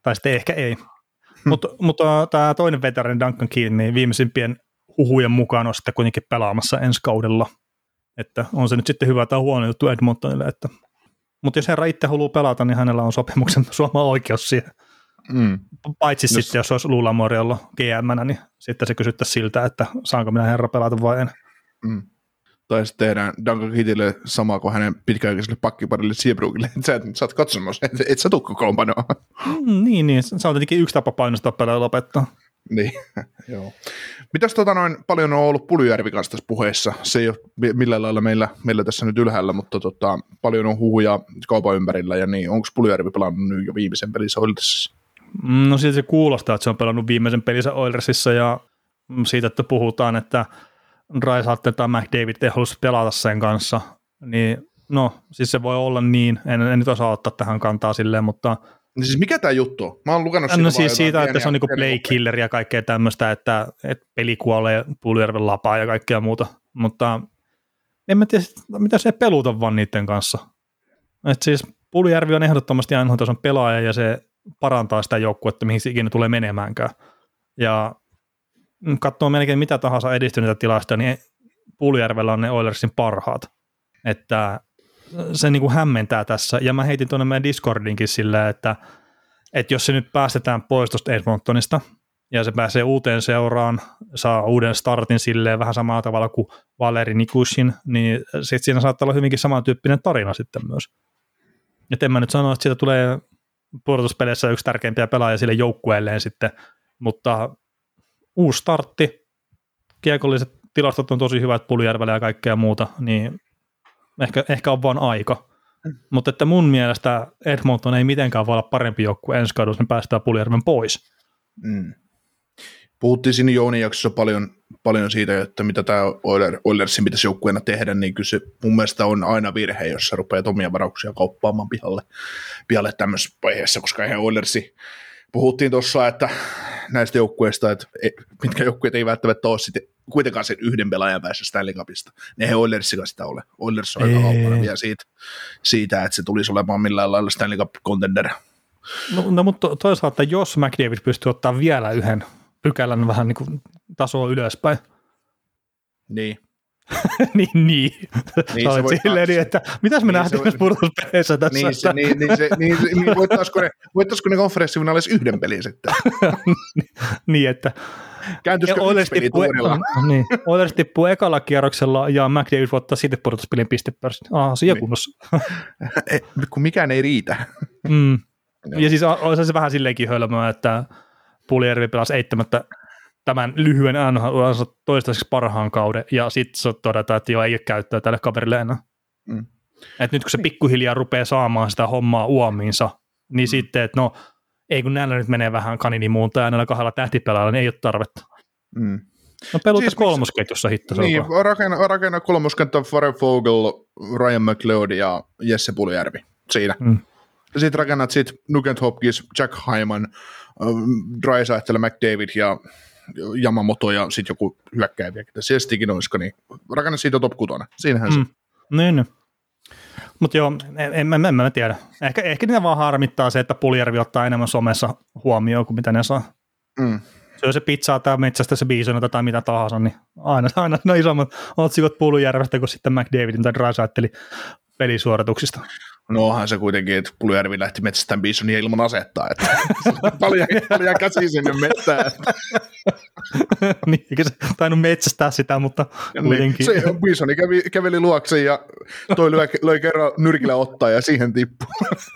tai sitten ehkä ei. Hmm. Mutta mut, tämä toinen veteraani Duncan Keith, niin viimeisimpien huhujen mukaan on sitten kuitenkin pelaamassa ensi kaudella. Että on se nyt sitten hyvä tai huono juttu Edmontonille. Että. Mutta jos herra itse haluaa pelata, niin hänellä on sopimuksen suoma oikeus siihen. Mm. Paitsi jos... sitten, jos olisi Lulamorialla G M-nä, niin sitten se kysyttäisiin siltä, että saanko minä herra pelata vai en. Mm. Tai sitten tehdään Duncan Keithille sama kuin hänen pitkäaikaiselle pakkiparille Seabrookille. Sä, sä oot katsomassa, et, et sä tuu kokoonpanoa. Mm, niin, niin, se on tietenkin yksi tapa painostaa pelaa lopettaa. Niin, joo. Mitäs tota noin, paljon on ollut Puljujärvi kanssa tässä puheessa? Se ei ole millään lailla meillä, meillä tässä nyt ylhäällä, mutta tota, paljon on huhuja kaupan ympärillä, ja niin, onko Puljujärvi pelannut nyt jo viimeisen pelissä Oilersissa? No siitä se kuulostaa, että se on pelannut viimeisen pelissä Oilersissa, ja siitä, että puhutaan, että Draisaitl tai McDavid ei halus pelata sen kanssa, niin no, siis se voi olla niin, en, en nyt osaa ottaa tähän kantaa silleen, mutta no siis mikä tämä juttu on? Mä oon lukenut siitä. No siis siitä, että se on niinku play killer ja kaikkea tämmöistä, että, että peli kuolee Puljujärven lapaa ja kaikkea muuta, mutta en mä tiedä, mitä se peluta vaan niiden kanssa. Että siis Puljujärvi on ehdottomasti N H L-tason pelaaja ja se parantaa sitä joukkuetta, mihin se ikinä tulee menemäänkään. Ja katsoo melkein mitä tahansa edistyneitä tilastoja, niin Puljujärvellä on ne Oilersin parhaat. Että se niin kuin hämmentää tässä, ja mä heitin tuonne meidän Discordinkin silleen, että, että jos se nyt päästetään pois tuosta Edmontonista, ja se pääsee uuteen seuraan, saa uuden startin silleen vähän samalla tavalla kuin Valeri Nikushin, niin sitten siinä saattaa olla hyvinkin samantyyppinen tarina sitten myös. Et en mä nyt sano, että siitä tulee pudotuspeleissä yksi tärkeimpiä pelaajia sille joukkueelleen sitten, mutta uusi startti, kiekolliset tilastot on tosi hyvät Puljujärvellä ja kaikkea muuta, niin Ehkä, ehkä on vaan aika. Mm. Mutta että mun mielestä Edmonton ei mitenkään voi olla parempi joukkue ensi kaudella, jos ne päästään Puljujärven pois. Mm. Puhuttiin siinä Jounin jaksossa paljon, paljon siitä, että mitä tämä Oilersin pitäisi joukkueena tehdä, niin kyllä se mun mielestä on aina virhe, jos sä rupeat omia varauksia kauppaamaan pihalle, pihalle tämmöisessä vaiheessa, koska eihän Oilersi, puhuttiin tuossa, että näistä joukkueista, että mitkä joukkueet ei välttämättä ole sitten kuitenkaan sen yhden pelaajan päässä Stanley Cupista. Ne ei Oilersikaan sitä ole. Oilers on aika haupana vielä siitä, siitä, että se tulisi olemaan millään lailla Stanley Cup-contender. No, no mutta toisaalta, jos McDavid pystyy ottaa vielä yhden pykälän vähän niin kuin tasoa ylöspäin. Niin. niin, niin. niin se voi silleen, niin, että mitäs me niin, nähtiin myös pudotuspeleissä tässä? Niin, se, niin, niin, se, niin, niin voittaisiko ne, voittaisiko ne konferenssifinaalissa yhden pelin sitten? niin, että kääntyisikö yksi peli tuonilla? Niin, Oilers tippuu ekalla kierroksella ja McDavid voittaa sitten pudotuspelin pistepörssin. Ah, siinä niin. Kunnossa. Kun mikään ei riitä. mm. Ja siis olisi se vähän silleenkin hölmöä, että Puljujärvi pelasi eittämättä tämän lyhyen N H L toistaiseksi parhaan kauden, ja sitten todetaan, että joo, ei ole käyttöä tälle kaverille enää. Mm. Et nyt kun se pikkuhiljaa rupeaa saamaan sitä hommaa uomiinsa, niin mm. sitten, että no, ei kun näillä nyt menee vähän kaninimuuntaan, ja näillä kahdella tähtipelailla, niin ei ole tarvetta. Mm. No peluta siis kolmosketjussa hitto. Niin, rakenna, rakenna kolmoskenttä Fare Fogel, Ryan McLeod ja Jesse Puljujärvi siinä. Mm. Sitten rakennat sit Nugent Hopkins, Jack Hyman, Draisaitl, McDavid ja Yamamoto ja sitten joku hyökkääviä, ketä siestikin olisiko, niin rakenna siitä top kutonen. Siinähän mm. se. Niin, mutta joo, en, en, en, en mä tiedä. Ehkä, ehkä niitä vaan harmittaa se, että Puljujärvi ottaa enemmän somessa huomioon kuin mitä ne saa. Mm. Se on se pizzaa tai metsästä se biisonota tai mitä tahansa, niin aina, aina no isommat otsikot Puljujärvestä kuin sitten McDavidin tai Draisaitlin pelisuorituksista. No onhan se kuitenkin, että Puljujärvi lähti metsästään biisonia ilman asetta, että paljon, paljon käsi sinne metsään. niin, eikä se tainnut metsästää sitä, mutta kuitenkin. Niin, se biisoni kävi, käveli luokse ja toi löi, löi kerran nyrkillä ottaa ja siihen tippui.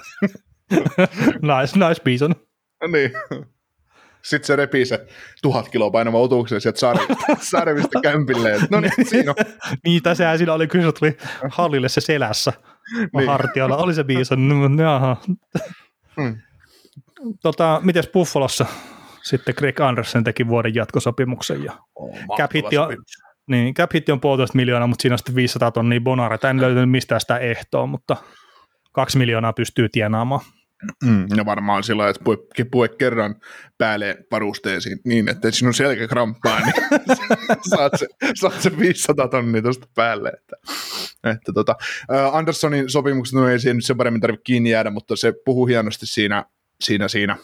nice, nice biison. Niin. Sitten se repii se tuhat kiloa painava otuksen sieltä sarvista kämpilleen. No niin, siinä on. niin, tai sehän siinä oli, kyllä se tuli hallille se selässä. Niin. Hartiolla oli se biison. Jaha. Hmm. Tota, mites Buffalossa? Sitten Greg Anderson teki vuoden jatkosopimuksen. Ja oh, cap hitti on, niin, cap hitti on puolitoista miljoonaa, mutta siinä on sitten viisisataa tonnia bonareita. En löytänyt mistään sitä ehtoa, mutta kaksi miljoonaa pystyy tienaamaan. Mm, ja varmaan sillä että pue kerran päälle varusteisiin niin, että sinun selkä kramppaa, niin saat, se, saat se viisisataa tonnia tuosta päälle. Että, että tota, Anderssonin sopimukset no ei siihen nyt sen paremmin tarvitse kiinni jäädä, mutta se puhuu hienosti siinä, siinä, siinä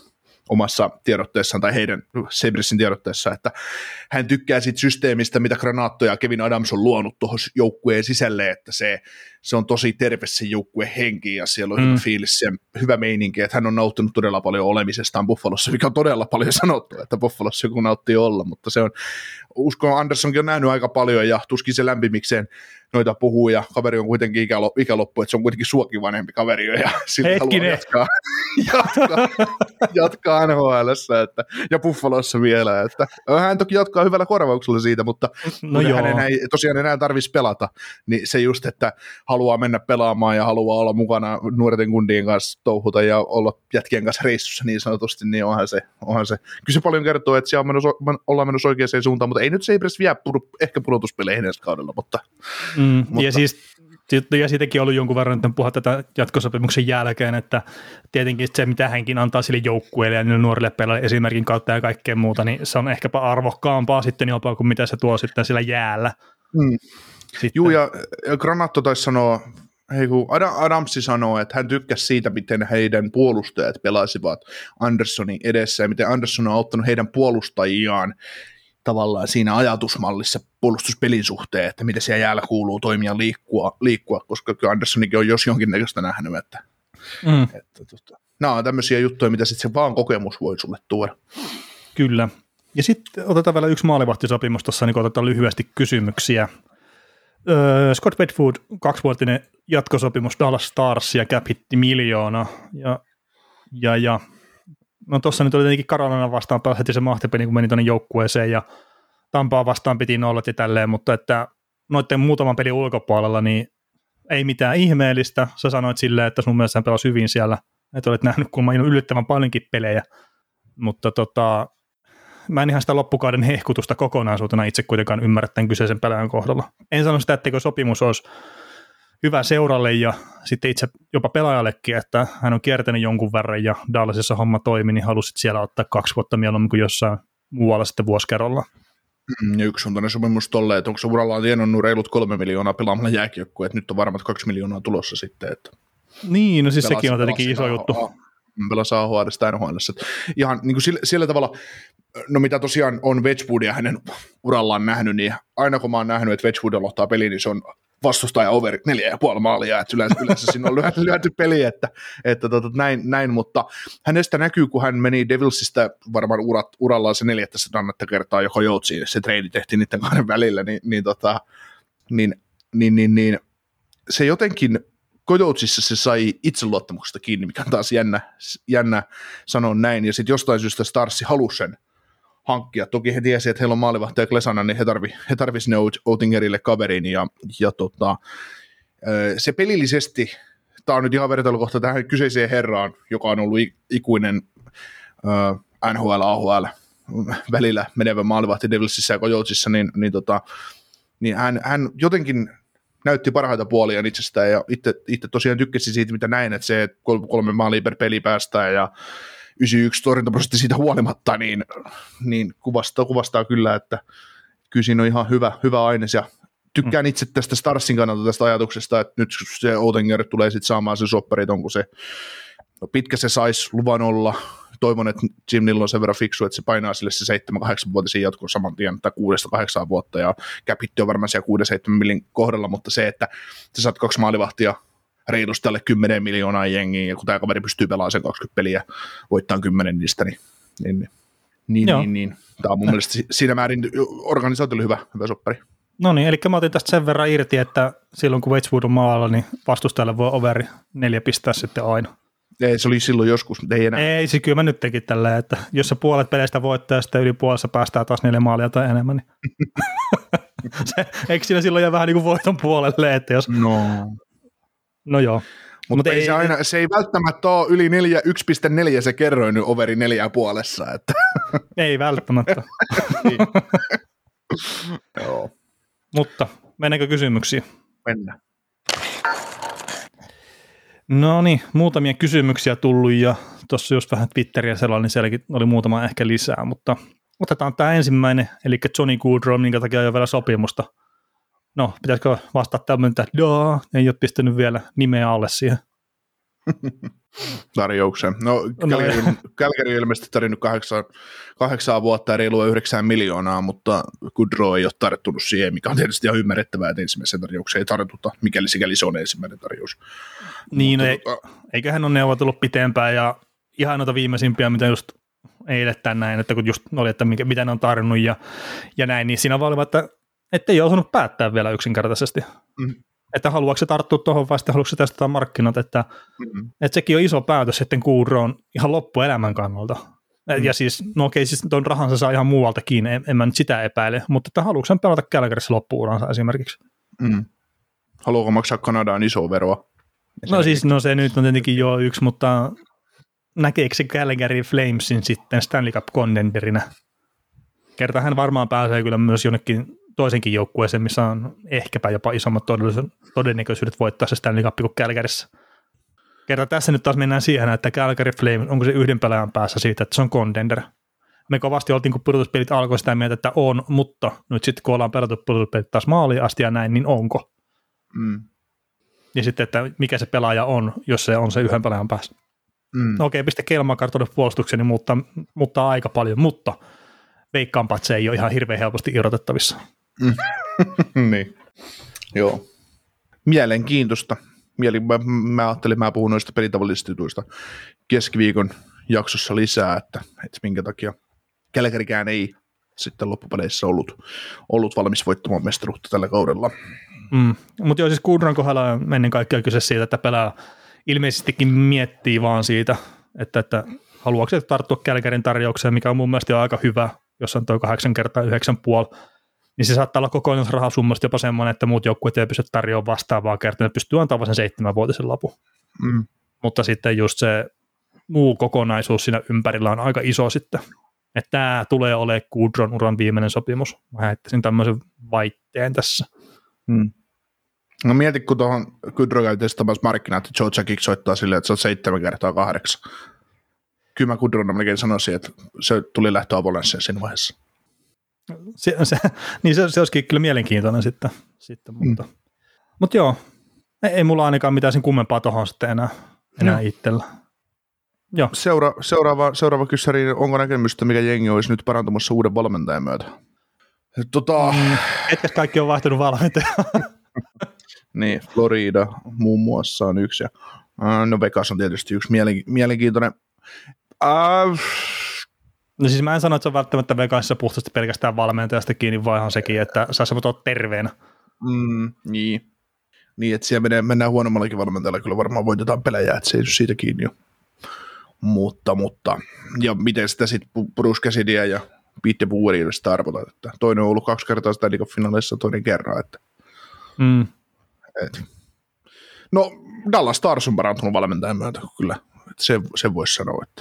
omassa tiedotteessaan tai heidän Sabresin tiedotteessa, että hän tykkää siitä systeemistä, mitä Granaatto ja Kevin Adams on luonut tuohon joukkueen sisälle, että se, se on tosi terve se joukkueen henki ja siellä on mm. hyvä fiilis ja hyvä meininki, että hän on nauttinut todella paljon olemisestaan Buffalossa, mikä on todella paljon sanottu, että Buffalossa joku nauttii olla, mutta se on, uskon Anderssonkin on nähnyt aika paljon ja tuskin se lämpimikseen noita puhuu ja kaveri on kuitenkin ikälo, ikäloppu, että se on kuitenkin suokin vanhempi kaveri ja sillä haluaa jatkaa, jatkaa, jatkaa N H L:ssä että, ja Buffalossa vielä. Että, hän toki jatkaa hyvällä korvauksella siitä, mutta no hänen ei tosiaan enää tarvitsisi pelata, niin se just, että haluaa mennä pelaamaan ja haluaa olla mukana nuorten kundien kanssa touhuta ja olla jätkien kanssa reissussa niin sanotusti, niin onhan se, onhan se. Kyllä se paljon kertoo, että siellä on menossa, ollaan menossa oikeaan suuntaan, mutta ei nyt Sabres vie ehkä pudotuspeleihin ensi kaudella, mutta Mm, mutta. Ja siis ja siitäkin on ollut jonkun verran että puhua tätä jatkosopimuksen jälkeen, että tietenkin se, mitä hänkin antaa sille joukkueelle ja niille nuorille pelaajille esimerkin kautta ja kaikkea muuta, niin se on ehkäpä arvokkaampaa sitten jopa kuin mitä se tuo sitten sillä jäällä. Mm. Juu, ja Granatto taisi sanoa, hei kun Adam, Adamsi sanoo, että hän tykkäsi siitä, miten heidän puolustajat pelasivat Anderssonin edessä ja miten Andersson on auttanut heidän puolustajiaan tavallaan siinä ajatusmallissa puolustuspelin suhteen, että mitä siellä jäällä kuuluu toimia liikkua, liikkua koska Anderssonikin on jos jonkinnäköistä nähnyt, että, mm. että tota, nämä on tämmöisiä juttuja, mitä sitten se vaan kokemus voi sulle tuoda. Kyllä. Ja sitten otetaan vielä yksi maalivahtisopimus tuossa, niin otetaan lyhyesti kysymyksiä. Öö, Scott Wedgwood, kaksivuotinen jatkosopimus Dallas Stars ja cap hitti miljoona. Ja, ja, ja no tuossa nyt oli tietenkin Carolina vastaan päällä heti se mahtipeli, kun meni tuonne joukkueeseen ja Tampaa vastaan piti nollat ja tälleen, mutta että noiden muutaman pelin ulkopuolella niin ei mitään ihmeellistä. Sä sanoit silleen, että sun mielestä hän pelasi hyvin siellä, että olet nähnyt kulma yllättävän paljonkin pelejä, mutta tota, mä en ihan sitä loppukauden hehkutusta kokonaisuutena itse kuitenkaan ymmärrä tämän kyseisen pelaajan kohdalla. En sano sitä, etteikö sopimus olisi hyvä seuralle ja sitten itse jopa pelaajallekin, että hän on kiertänyt jonkun verran ja Dallasissa homma toimi, niin halusit siellä ottaa kaksi vuotta mieluummin kuin jossain muualla sitten vuosikerralla. Mm, yksi on tuonne sopimus tolleen, että onko se urallaan tienonnut reilut kolme miljoonaa pelaamalla jääkiekkoa, että nyt on varmaan kaksi miljoonaa tulossa sitten. Että niin, no siis pelasi, sekin on tietenkin iso juttu. Pelasi A H L:stä N H L:ssä. Ihan niin kuin sillä, sillä tavalla, no mitä tosiaan on Wedgwoodia hänen urallaan nähnyt, niin aina kun mä oon nähnyt, että Wedgwood aloittaa peliä, niin se on vastustaja over neljä ja puoli maalia, että yleensä, yleensä siinä on lyöty, lyöty peli, että, että tota, näin, näin, mutta hänestä näkyy, kun hän meni Devilsistä varmaan urat, urallaan se neljättä sadannetta kertaa joko Joutsiin, se treidi tehtiin niiden kahden välillä, niin, niin, tota, niin, niin, niin, niin se jotenkin Kojoutsissa se sai itseluottamuksesta kiinni, mikä on taas jännä, jännä sanoa näin, ja sitten jostain syystä Starsi halusi sen hankkia. Toki he tiesi, että heillä on maalivahtaja Klesana, niin he tarvitsi he tarvi sinne Oettingerille kaverin, ja, ja tota, se pelillisesti, tämä on nyt ihan vertailukohta tähän kyseiseen herraan, joka on ollut ikuinen äh, N H L, A H L välillä menevä maalivahti Devilsissä ja Kojoutsissa, niin, niin, tota, niin hän, hän jotenkin näytti parhaita puolia itsestään, ja itse, itse tosiaan tykkäsin siitä, mitä näin, että se kolme maalia per peli päästään, ja yhdeksänkymmentäyksi torjuntaprosentti siitä huolimatta, niin, niin kuvastaa, kuvastaa kyllä, että kyllä siinä on ihan hyvä, hyvä aines, ja tykkään itse tästä Starsin kannalta tästä ajatuksesta, että nyt se Oettinger tulee sitten saamaan sen sopparit, onko se, no pitkä se saisi luvan olla, toivon, että Jim Nill on sen verran fiksu, että se painaa sille se seitsemän kahdeksan vuotisiin jatkoon saman tien, tai kuudesta kahdeksaan vuotta, ja cap-hitti on varmaan siellä kuuden seitsemän millin kohdalla, mutta se, että sä saat kaksi maalivahtia reilusti alle kymmenen miljoonaa jengiä, ja kun tämä kaveri pystyy pelaamaan sen kaksikymmentä peliä, voittaa kymmenen niistä, niin, niin, niin, niin, niin. Tämä on mun mielestä siinä määrin organisaatiolle hyvä, hyvä soppari. No niin, eli mä otin tästä sen verran irti, että silloin kun Wedgwood on maalla, niin vastustajalle voi overi neljä pistää sitten aina. Ei, se oli silloin joskus, mutta ei enää. Ei, se kyllä mä nyt tekin tälleen, että jos sä puolet peleistä voittaa ja sitten yli puolessa päästään taas neljä maalia tai enemmän, niin se, eikö siinä silloin jää vähän niin kuin voiton puolelle, että jos... No, no joo. Mutta Mut ei, se, aina, se ei välttämättä ole yli neljä, yksi pilkku neljä se kerroin overi neljää puolessa. Että. Ei välttämättä. Niin. Joo. Mutta mennäänkö kysymyksiin? Mennään. No niin, muutamia kysymyksiä tullut ja tuossa jos vähän Twitteriä sellainen, niin sielläkin oli muutama ehkä lisää, mutta otetaan tämä ensimmäinen, eli Johnny Gaudreau, minkä takia ei ole vielä sopimusta. No, pitäisikö vastata tämmöinen, että daa, ei ole pistänyt vielä nimeä alle siihen. tarjoukseen. No, Calgary, no Calgary on ilmeisesti tarjonnut kahdeksan, kahdeksaa vuotta ja reilua yhdeksään miljoonaa, mutta Goodrow ei ole tarttunut siihen, mikä on tietysti ihan ymmärrettävää, että ensimmäisen tarjouksen ei tartuta, mikäli sikäli se on ensimmäinen tarjous. Niin, mutta, ei, tota... eiköhän ole neuvotellut pitempään, ja ihan noita viimeisimpiä, mitä just eilen näin, että kun just oli, että mikä, mitä ne on tarjonnut ja, ja näin, niin siinä vaan oli, että ettei ole osannut päättää vielä yksinkertaisesti. Mm. Että haluatko se tarttua tuohon vai sitten haluatko se testata markkinat, että, mm-hmm. että sekin on iso päätös sitten Goodrown ihan loppuelämän kannalta. Mm. Ja siis, no okei, siis tuon rahan se saa ihan muualtakin, en, en mä nyt sitä epäile, mutta että haluatko sen pelata Calgaryssa loppu-uransa esimerkiksi? Mm. Haluatko maksaa Kanadaan isoa veroa? No siis, no se nyt on tietenkin jo yksi, mutta näkeekö se Calgary Flamesin sitten Stanley Cup contenderina? Kerta hän varmaan pääsee kyllä myös jonnekin toisenkin joukkueeseen, missä on ehkäpä jopa isommat todennäköisyydet voittaa se Stanley Cup kuin Calgaryssä. Kerta tässä nyt taas mennään siihen, että Calgary Flame, onko se yhden pelaajan päässä siitä, että se on contender. Me kovasti oltiin, kun pudotuspelit alkoi sitä mieltä, että on, mutta nyt sitten kun ollaan pelattu pudotuspelit taas maaliin asti ja näin, niin onko? Mm. Ja sitten, että mikä se pelaaja on, jos se on se yhden pelaajan päässä. Mm. No okei, piste Kelmakar tuonne puolustukseen, niin muuttaa, muuttaa aika paljon, mutta veikkaanpa, että se ei ole ihan hirveän helposti irrotettavissa. Mm. Niin, joo. Mielenkiintoista. Mieli, mä, mä ajattelin, mä puhun noista pelitavallisista jutuista keskiviikon jaksossa lisää, että, että minkä takia Calgarykään ei sitten loppupeleissä ollut, ollut valmis voittamaan mestaruutta tällä kaudella. Mm. Mutta joo, siis Goodrown kohdalla on ennen kaikkea kyse siitä, että pelaa ilmeisestikin miettii vaan siitä, että, että haluatko se tarttua Calgaryn tarjoukseen, mikä on mun mielestä jo aika hyvä, jos on tuo kahdeksan kertaa yhdeksän puoli, niin se saattaa olla kokonaisrahasummasta jopa semmoinen, että muut joukkueet ei pysty tarjoamaan vastaavaa kertaa, ne pystyy antamaan sen seitsemänvuotisen lapun. Mm. Mutta sitten just se muu kokonaisuus siinä ympärillä on aika iso sitten. Että tämä tulee olemaan Goodrown uran viimeinen sopimus. Mä heittäisin tämmöisen vaitteen tässä. Mm. No mieti, kun tuohon Goodrow käytiin tamassa markkinaa, että Joe Jackick soittaa silleen, että se on seitsemän kertaa kahdeksan. Kyllä mä Goodrown melkein sanoisin, että se tuli lähtöä Avalancheen siinä vaiheessa. Se, se, niin se, se olisikin kyllä mielenkiintoinen sitten, sitten mutta, mm. mutta joo, ei, ei mulla ainakaan mitään sen kummempaa tuohon sitten enää, enää no. itsellä. Joo. Seura, seuraava, seuraava kyssäri, onko näkemystä, mikä jengi olisi nyt parantumassa uuden valmentajan myötä? Tota... Mm, etkäs kaikki on vaihtunut valmentajaa? Niin, Florida muun muassa on yksi, ja no Vegas on tietysti yksi mielenkiintoinen. Uh, No siis mä en sano, että se on välttämättä Vegasissa puhtaasti pelkästään valmentajasta kiinni, vaan ihan sekin, että saisi olla terveenä. Mm, niin. Niin, että siellä menee, mennään huonommallakin valmentajalla, kyllä varmaan voitetaan pelejä, että se ei ole siitä kiinni jo. Mutta, mutta, ja miten sitä sitten Bruce Cassidyä ja Pete DeBoeria sitä arvotaan, että toinen on ollut kaksi kertaa sitä finaalissa, toinen kerran, että mm. et. No, Dallas Stars on parantunut valmentajan myötä, kyllä, että se, sen voisi sanoa, että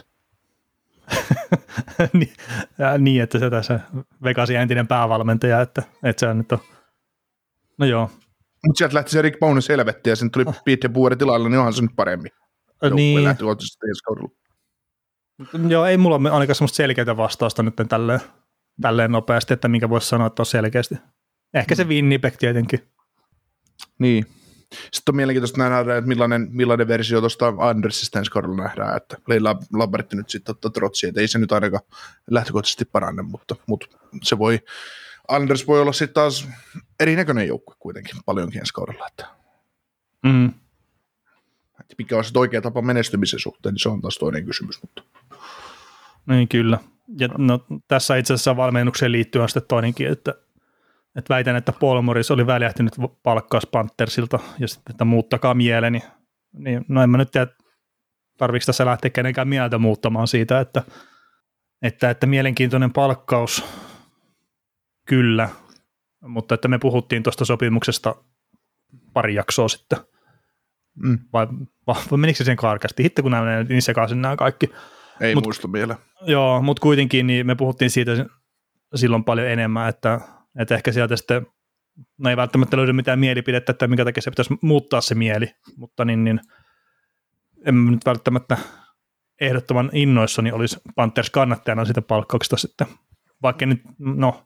niin, niin, että se tässä Vegasin entinen päävalmentaja, että, että se on nyt on, no joo. Mutta sieltä lähti se Rick Bowness helvettiin ja sen tuli Pete DeBoer tilalle, niin onhan se nyt paremmin. Niin. Lähti luotuisesti ensi kaudella. Joo, ei mulla ole ainakaan semmoista selkeää vastausta nyt tälleen, tälleen nopeasti, että minkä voisi sanoa, että on selkeästi. Ehkä se Winnipeg tietenkin. Niin. Sitten on mielenkiintoista nähdä, että millainen, millainen versio tuosta Andersista ensi kaudella nähdään, että Leila Lambertti nyt sitten ottaa trotsia, että ei se nyt ainakaan lähtökohtaisesti paranne, mutta, mutta se voi, Anders voi olla sitten taas erinäköinen joukkue kuitenkin paljonkin ensi kaudella, että mm. mikä on se oikea tapa menestymisen suhteen, niin se on taas toinen kysymys. Mutta. Niin kyllä, ja no, tässä itse asiassa valmennukseen liittyen on sitten toinenkin, että Et väitän, että Paul Morris oli väljähtynyt palkkaus Panthersilta ja sitten, että muuttakaa mieleni. Niin, no en mä nyt tiedä, tarvitsetko tässä lähteä kenenkään mieltä muuttamaan siitä, että, että, että mielenkiintoinen palkkaus, kyllä, mutta että me puhuttiin tuosta sopimuksesta pari jaksoa sitten. Mm. Vai, vai, vai menikö se sen karkasti? Hitto kun nämä niin sekaisin nämä kaikki. Ei mut, muista vielä. Joo, mutta kuitenkin niin me puhuttiin siitä silloin paljon enemmän, että Että ehkä sieltä sitten, no ei välttämättä löydy mitään mielipidettä, että minkä takia se pitäisi muuttaa se mieli, mutta niin, niin en nyt välttämättä ehdottoman innoissani olisi Panthers kannattajana sitä palkkauksesta sitten. Vaikka nyt, no,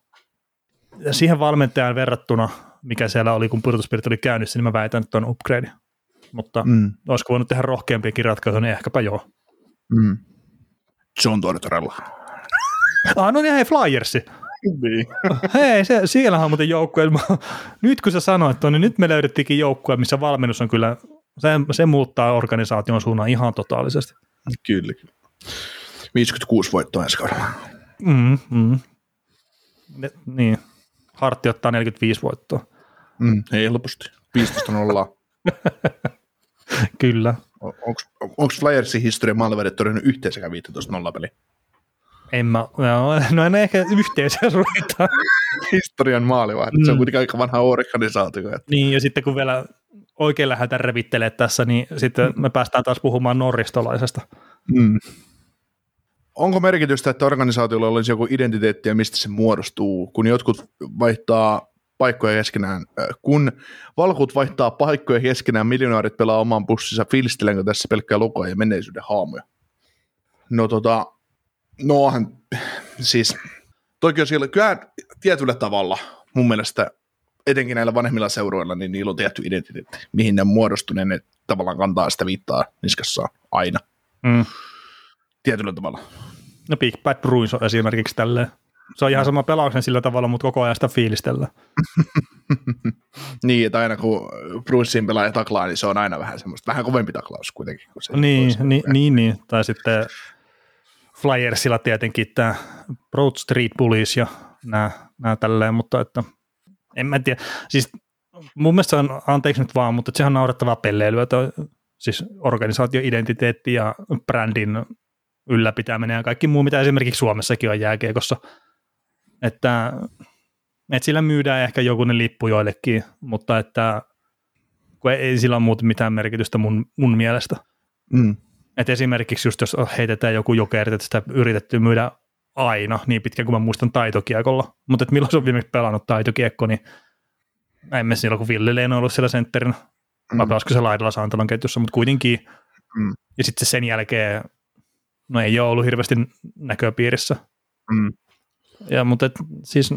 siihen valmentajan verrattuna, mikä siellä oli, kun pudotuspelit oli käynnissä, niin mä väitän, että on upgrade. mutta mm. olisiko voinut tehdä rohkeampiakin ratkaisuja, niin ehkäpä joo. Mm. John Tortorella. Ah, no niin, hei, Flyersi. Niin. Hei, se, siellähän on muuten joukkue. Nyt kun sä sanoit tuon, niin nyt me löydettiinkin joukkue, missä valmennus on kyllä, se, se muuttaa organisaation suunnan ihan totaalisesti. Kyllä, kyllä. viisikymmentäkuusi voittoa ensi kaudella. Mm, mm. Ne, niin, Hartti ottaa neljäkymmentäviisi voittoa. Mm, helposti. viisitoista nolla. Kyllä. Onko Flyersin historian maalivahdit todennut yhteensäkään viisitoista nolla peliä? En mä, no, no en ehkä yhteensä ruveta. Historian maalivahdit, mm. se on kuitenkin aika vanha organisaatio. Että. Niin, ja sitten kun vielä oikein lähdetään revittelemään tässä, niin sitten mm. me päästään taas puhumaan norristolaisesta. Mm. Onko merkitystä, että organisaatiolla olisi joku identiteetti ja mistä se muodostuu, kun jotkut vaihtaa paikkoja keskenään? Kun valkut vaihtaa paikkoja keskenään, miljonaarit pelaa oman pussinsa, fiilistelenkö tässä pelkkää lukoa ja menneisyyden haamuja? No tota, nohan, siis toki on siellä, kyllä tietyllä tavalla mun mielestä, etenkin näillä vanhemmilla seuroilla, niin niillä on tietty identiteetti, mihin ne on muodostunut, ne tavallaan kantaa sitä viittaa niskassaan aina. Mm. Tietyllä tavalla. No Big Bad Bruins on esimerkiksi tälleen. Se on ihan sama pelauksen sillä tavalla, mutta koko ajan sitä fiilistellä. Niin, että aina kun Bruinsin pelaaja taklaa, niin se on aina vähän semmoista, vähän kovempi taklaus kuitenkin. Se niin, niin, niin, niin, tai sitten Flyersilla tietenkin tämä Broad Street Bullies ja nämä, nämä tälleen, mutta että en mä tiedä. Siis mun mielestä se on, anteeksi nyt vaan, mutta sehän on naurettavaa pelleilyä, siis organisaatioidentiteetti ja brändin ylläpitäminen ja kaikki muu, mitä esimerkiksi Suomessakin on jääkiekossa. Että, että sillä myydään ehkä jokunen lippu joillekin, mutta että kun ei, ei sillä ole muuten mitään merkitystä mun, mun mielestä. Mm. Että esimerkiksi just jos heitetään joku Jokerit, että sitä yritetty myydä aina niin pitkään kuin mä muistan taitokiekolla, mutta että milloin se on viimeksi pelannut taitokiekko, niin en mä silloin kun Ville Leino on ollut siellä sentterinä, mm. vai pelasiko se laidalla Saantalon ketjussa, mutta kuitenkin. Mm. Ja sitten sen jälkeen no ei ole ollut hirveästi näköpiirissä. Mm. Ja, mutta et, siis,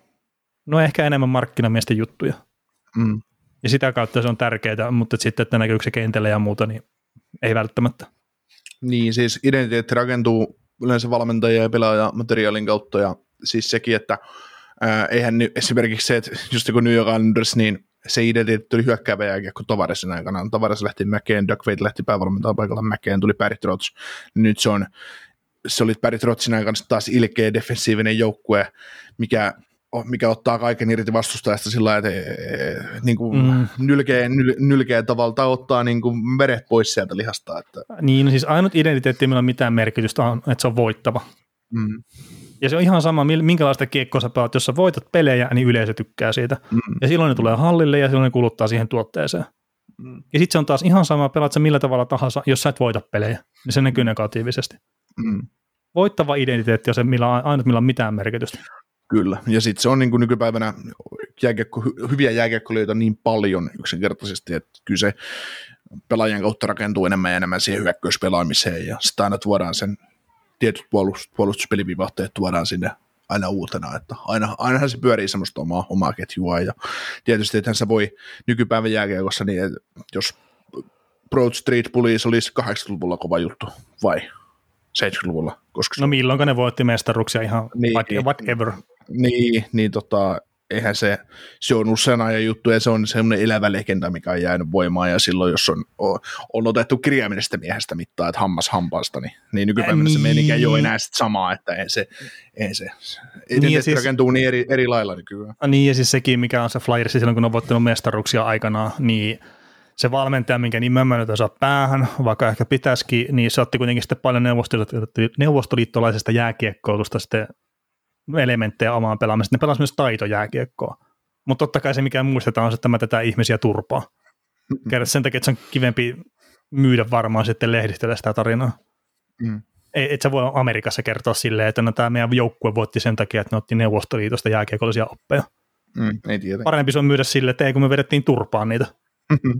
no ehkä enemmän markkinamiesten juttuja. Mm. Ja sitä kautta se on tärkeää, mutta et sitten, että näkyykö se kentällä ja muuta, niin ei välttämättä. Niin, siis identiteetti rakentuu yleensä valmentajia ja pelaajamateriaalin kautta, ja siis sekin, että ää, eihän nyt esimerkiksi se, että just kun New York Islanders, niin se identiteetti tuli hyökkäävä jälkeen Tavaresin aikana. Tavares lähti Mäkeen, Doug Weight lähti päävalmentajan paikalla Mäkeen, tuli Barry Trotz. Nyt se on, se oli Barry Trotzin aikana taas ilkeä defensiivinen joukkue, mikä, mikä ottaa kaiken irti vastustajasta sillä lailla, että niin kuin mm. nylkeä, nyl, nylkeä tavalla ottaa niin kuin veret pois sieltä lihasta. Että. Niin, siis ainut identiteetti, millä on mitään merkitystä, on, että se on voittava. Mm. Ja se on ihan sama, minkälaista kiekkoa sä pelaat. Jos sä voitat pelejä, niin yleisö tykkää siitä. Mm. Ja silloin ne tulee hallille ja silloin ne kuluttaa siihen tuotteeseen. Mm. Ja sitten se on taas ihan sama, pelaat sä millä tavalla tahansa, jos sä et voita pelejä. Niin se näkyy negatiivisesti. Mm. Voittava identiteetti on se, millä on, ainut millä on mitään merkitystä. Kyllä, ja sitten se on niin kuin nykypäivänä jääkiekko, hyviä jääkiekkoilijoita on niin paljon yksinkertaisesti, että kyllä se pelaajan kautta rakentuu enemmän ja enemmän siihen hyökkäyspelaamiseen, ja sitä aina tuodaan sen tietyt puolust, puolustuspelivivahteet tuodaan sinne aina uutena, että aina, ainahan se pyörii semmoista omaa, omaa ketjua, ja tietysti ethän se voi nykypäivän jääkiekossa, niin jos Broad Street Bullies olisi kahdeksankymmentäluvulla kova juttu, vai seitsemänkymmentäluvulla? Koska no milloinka ne voitti mestaruksia ihan niin, whatever. Niin, niin tota, eihän se, se on usein ajan juttu, ja se on semmoinen elävä legenda, mikä on jäänyt voimaan, ja silloin, jos on, on otettu kirjaimellisesta miehestä mittaa, että hammas hampaasta, niin, niin nykypäivänä niin. Se meininkä ei ole enää sit samaa, että ei se, ei se, niin siis, rakentuu niin eri, eri lailla nykyään. Niin, ja siis sekin, mikä on se Flyers, silloin kun on voittanut mestaruksia aikanaan, niin se valmentaja, minkä nimen mä nyt osaa päähän, vaikka ehkä pitäisikin, niin se otti kuitenkin sitten paljon neuvostoliittolaisesta jääkiekkoilusta sitten elementtejä omaan pelaamiseen. Ne pelasivat myös taitojääkiekkoa. Mutta totta kai se, mikä muistetaan, on se, että mä tätä ihmisiä turpaa. Mm-hmm. Kerran sen takia, että se on kivempi myydä varmaan sitten lehdistölle sitä tarinaa. Mm. Ei, et sä voi Amerikassa kertoa silleen, että no, tämä meidän joukkue voitti sen takia, että ne otti Neuvostoliitosta jääkiekollisia oppeja. Mm, ei tiedä. Parempi se on myydä silleen, että ei kun me vedettiin turpaan niitä. Mm-hmm.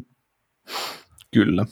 Kyllä.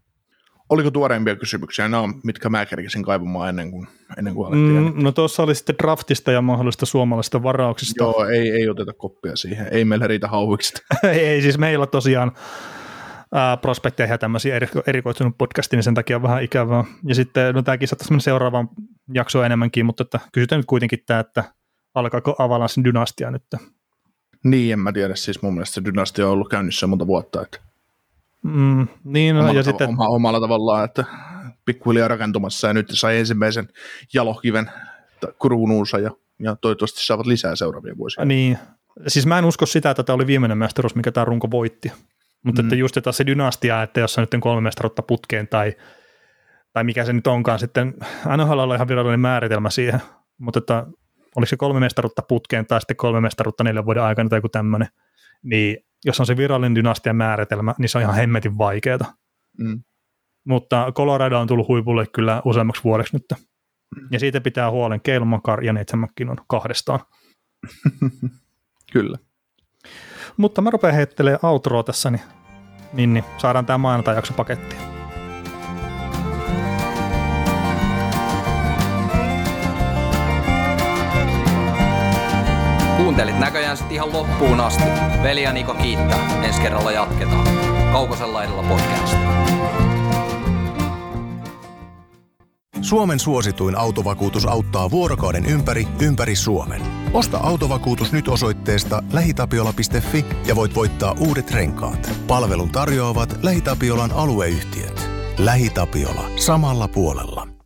Oliko tuoreimpia kysymyksiä? Nämä on, mitkä mä kerkisin kaivamaan ennen kuin, ennen kuin alettiin. Mm, no tuossa oli sitten draftista ja mahdollisista suomalaisista varauksista. Joo, ei, ei oteta koppia siihen. Ei meillä riitä hauvikset. ei, siis meillä tosiaan ää, prospekteja ja tämmöisiä erikoistunut podcastia, niin sen takia on vähän ikävää. Ja sitten, no tämäkin saattaisi mennä seuraavaan jaksoon enemmänkin, mutta että kysytään nyt kuitenkin tämä, että alkaako Avalanssin dynastia nyt? Niin, en mä tiedä, siis mun mielestä se dynastia on ollut käynnissä monta vuotta, että mm, niin, no, omalla, ja tav- sitten, oma, omalla tavallaan, että pikkuhiljaa rakentumassa ja nyt sai ensimmäisen jalokiven kruunuunsa ja, ja toivottavasti saavat lisää seuraavia vuosia. Niin, siis mä en usko sitä, että tämä oli viimeinen mestaruus, mikä tämä runko voitti, mutta mm. että just että se dynastia, että jos on nyt kolme mestaruutta putkeen tai, tai mikä se nyt onkaan sitten, N H L on ihan virallinen määritelmä siihen, mutta että oliko se kolme mestaruutta putkeen tai sitten kolme mestaruutta neljän vuoden aikana tai joku tämmöinen, niin jos on se virallinen dynastian määritelmä, niin se on ihan hemmetin vaikeaa. Mm. Mutta Colorado on tullut huipulle kyllä useammaksi vuodeksi nyt. Mm. Ja siitä pitää huolen Cale Makar ja Nathan MacKinnon kahdestaan. Kyllä. Mutta mä rupean heittelemään outroa tässä, niin, niin, niin saadaan tämä maanantai-jakso pakettiin. Kuuntelit näköjään sitten ihan loppuun asti. Veli ja Niko kiittää. Ensi kerralla jatketaan. Kaukosella edellä podcast. Suomen suosituin autovakuutus auttaa vuorokauden ympäri, ympäri Suomen. Osta autovakuutus nyt osoitteesta lähitapiola piste fi ja voit voittaa uudet renkaat. Palvelun tarjoavat LähiTapiolan alueyhtiöt. LähiTapiola. Samalla puolella.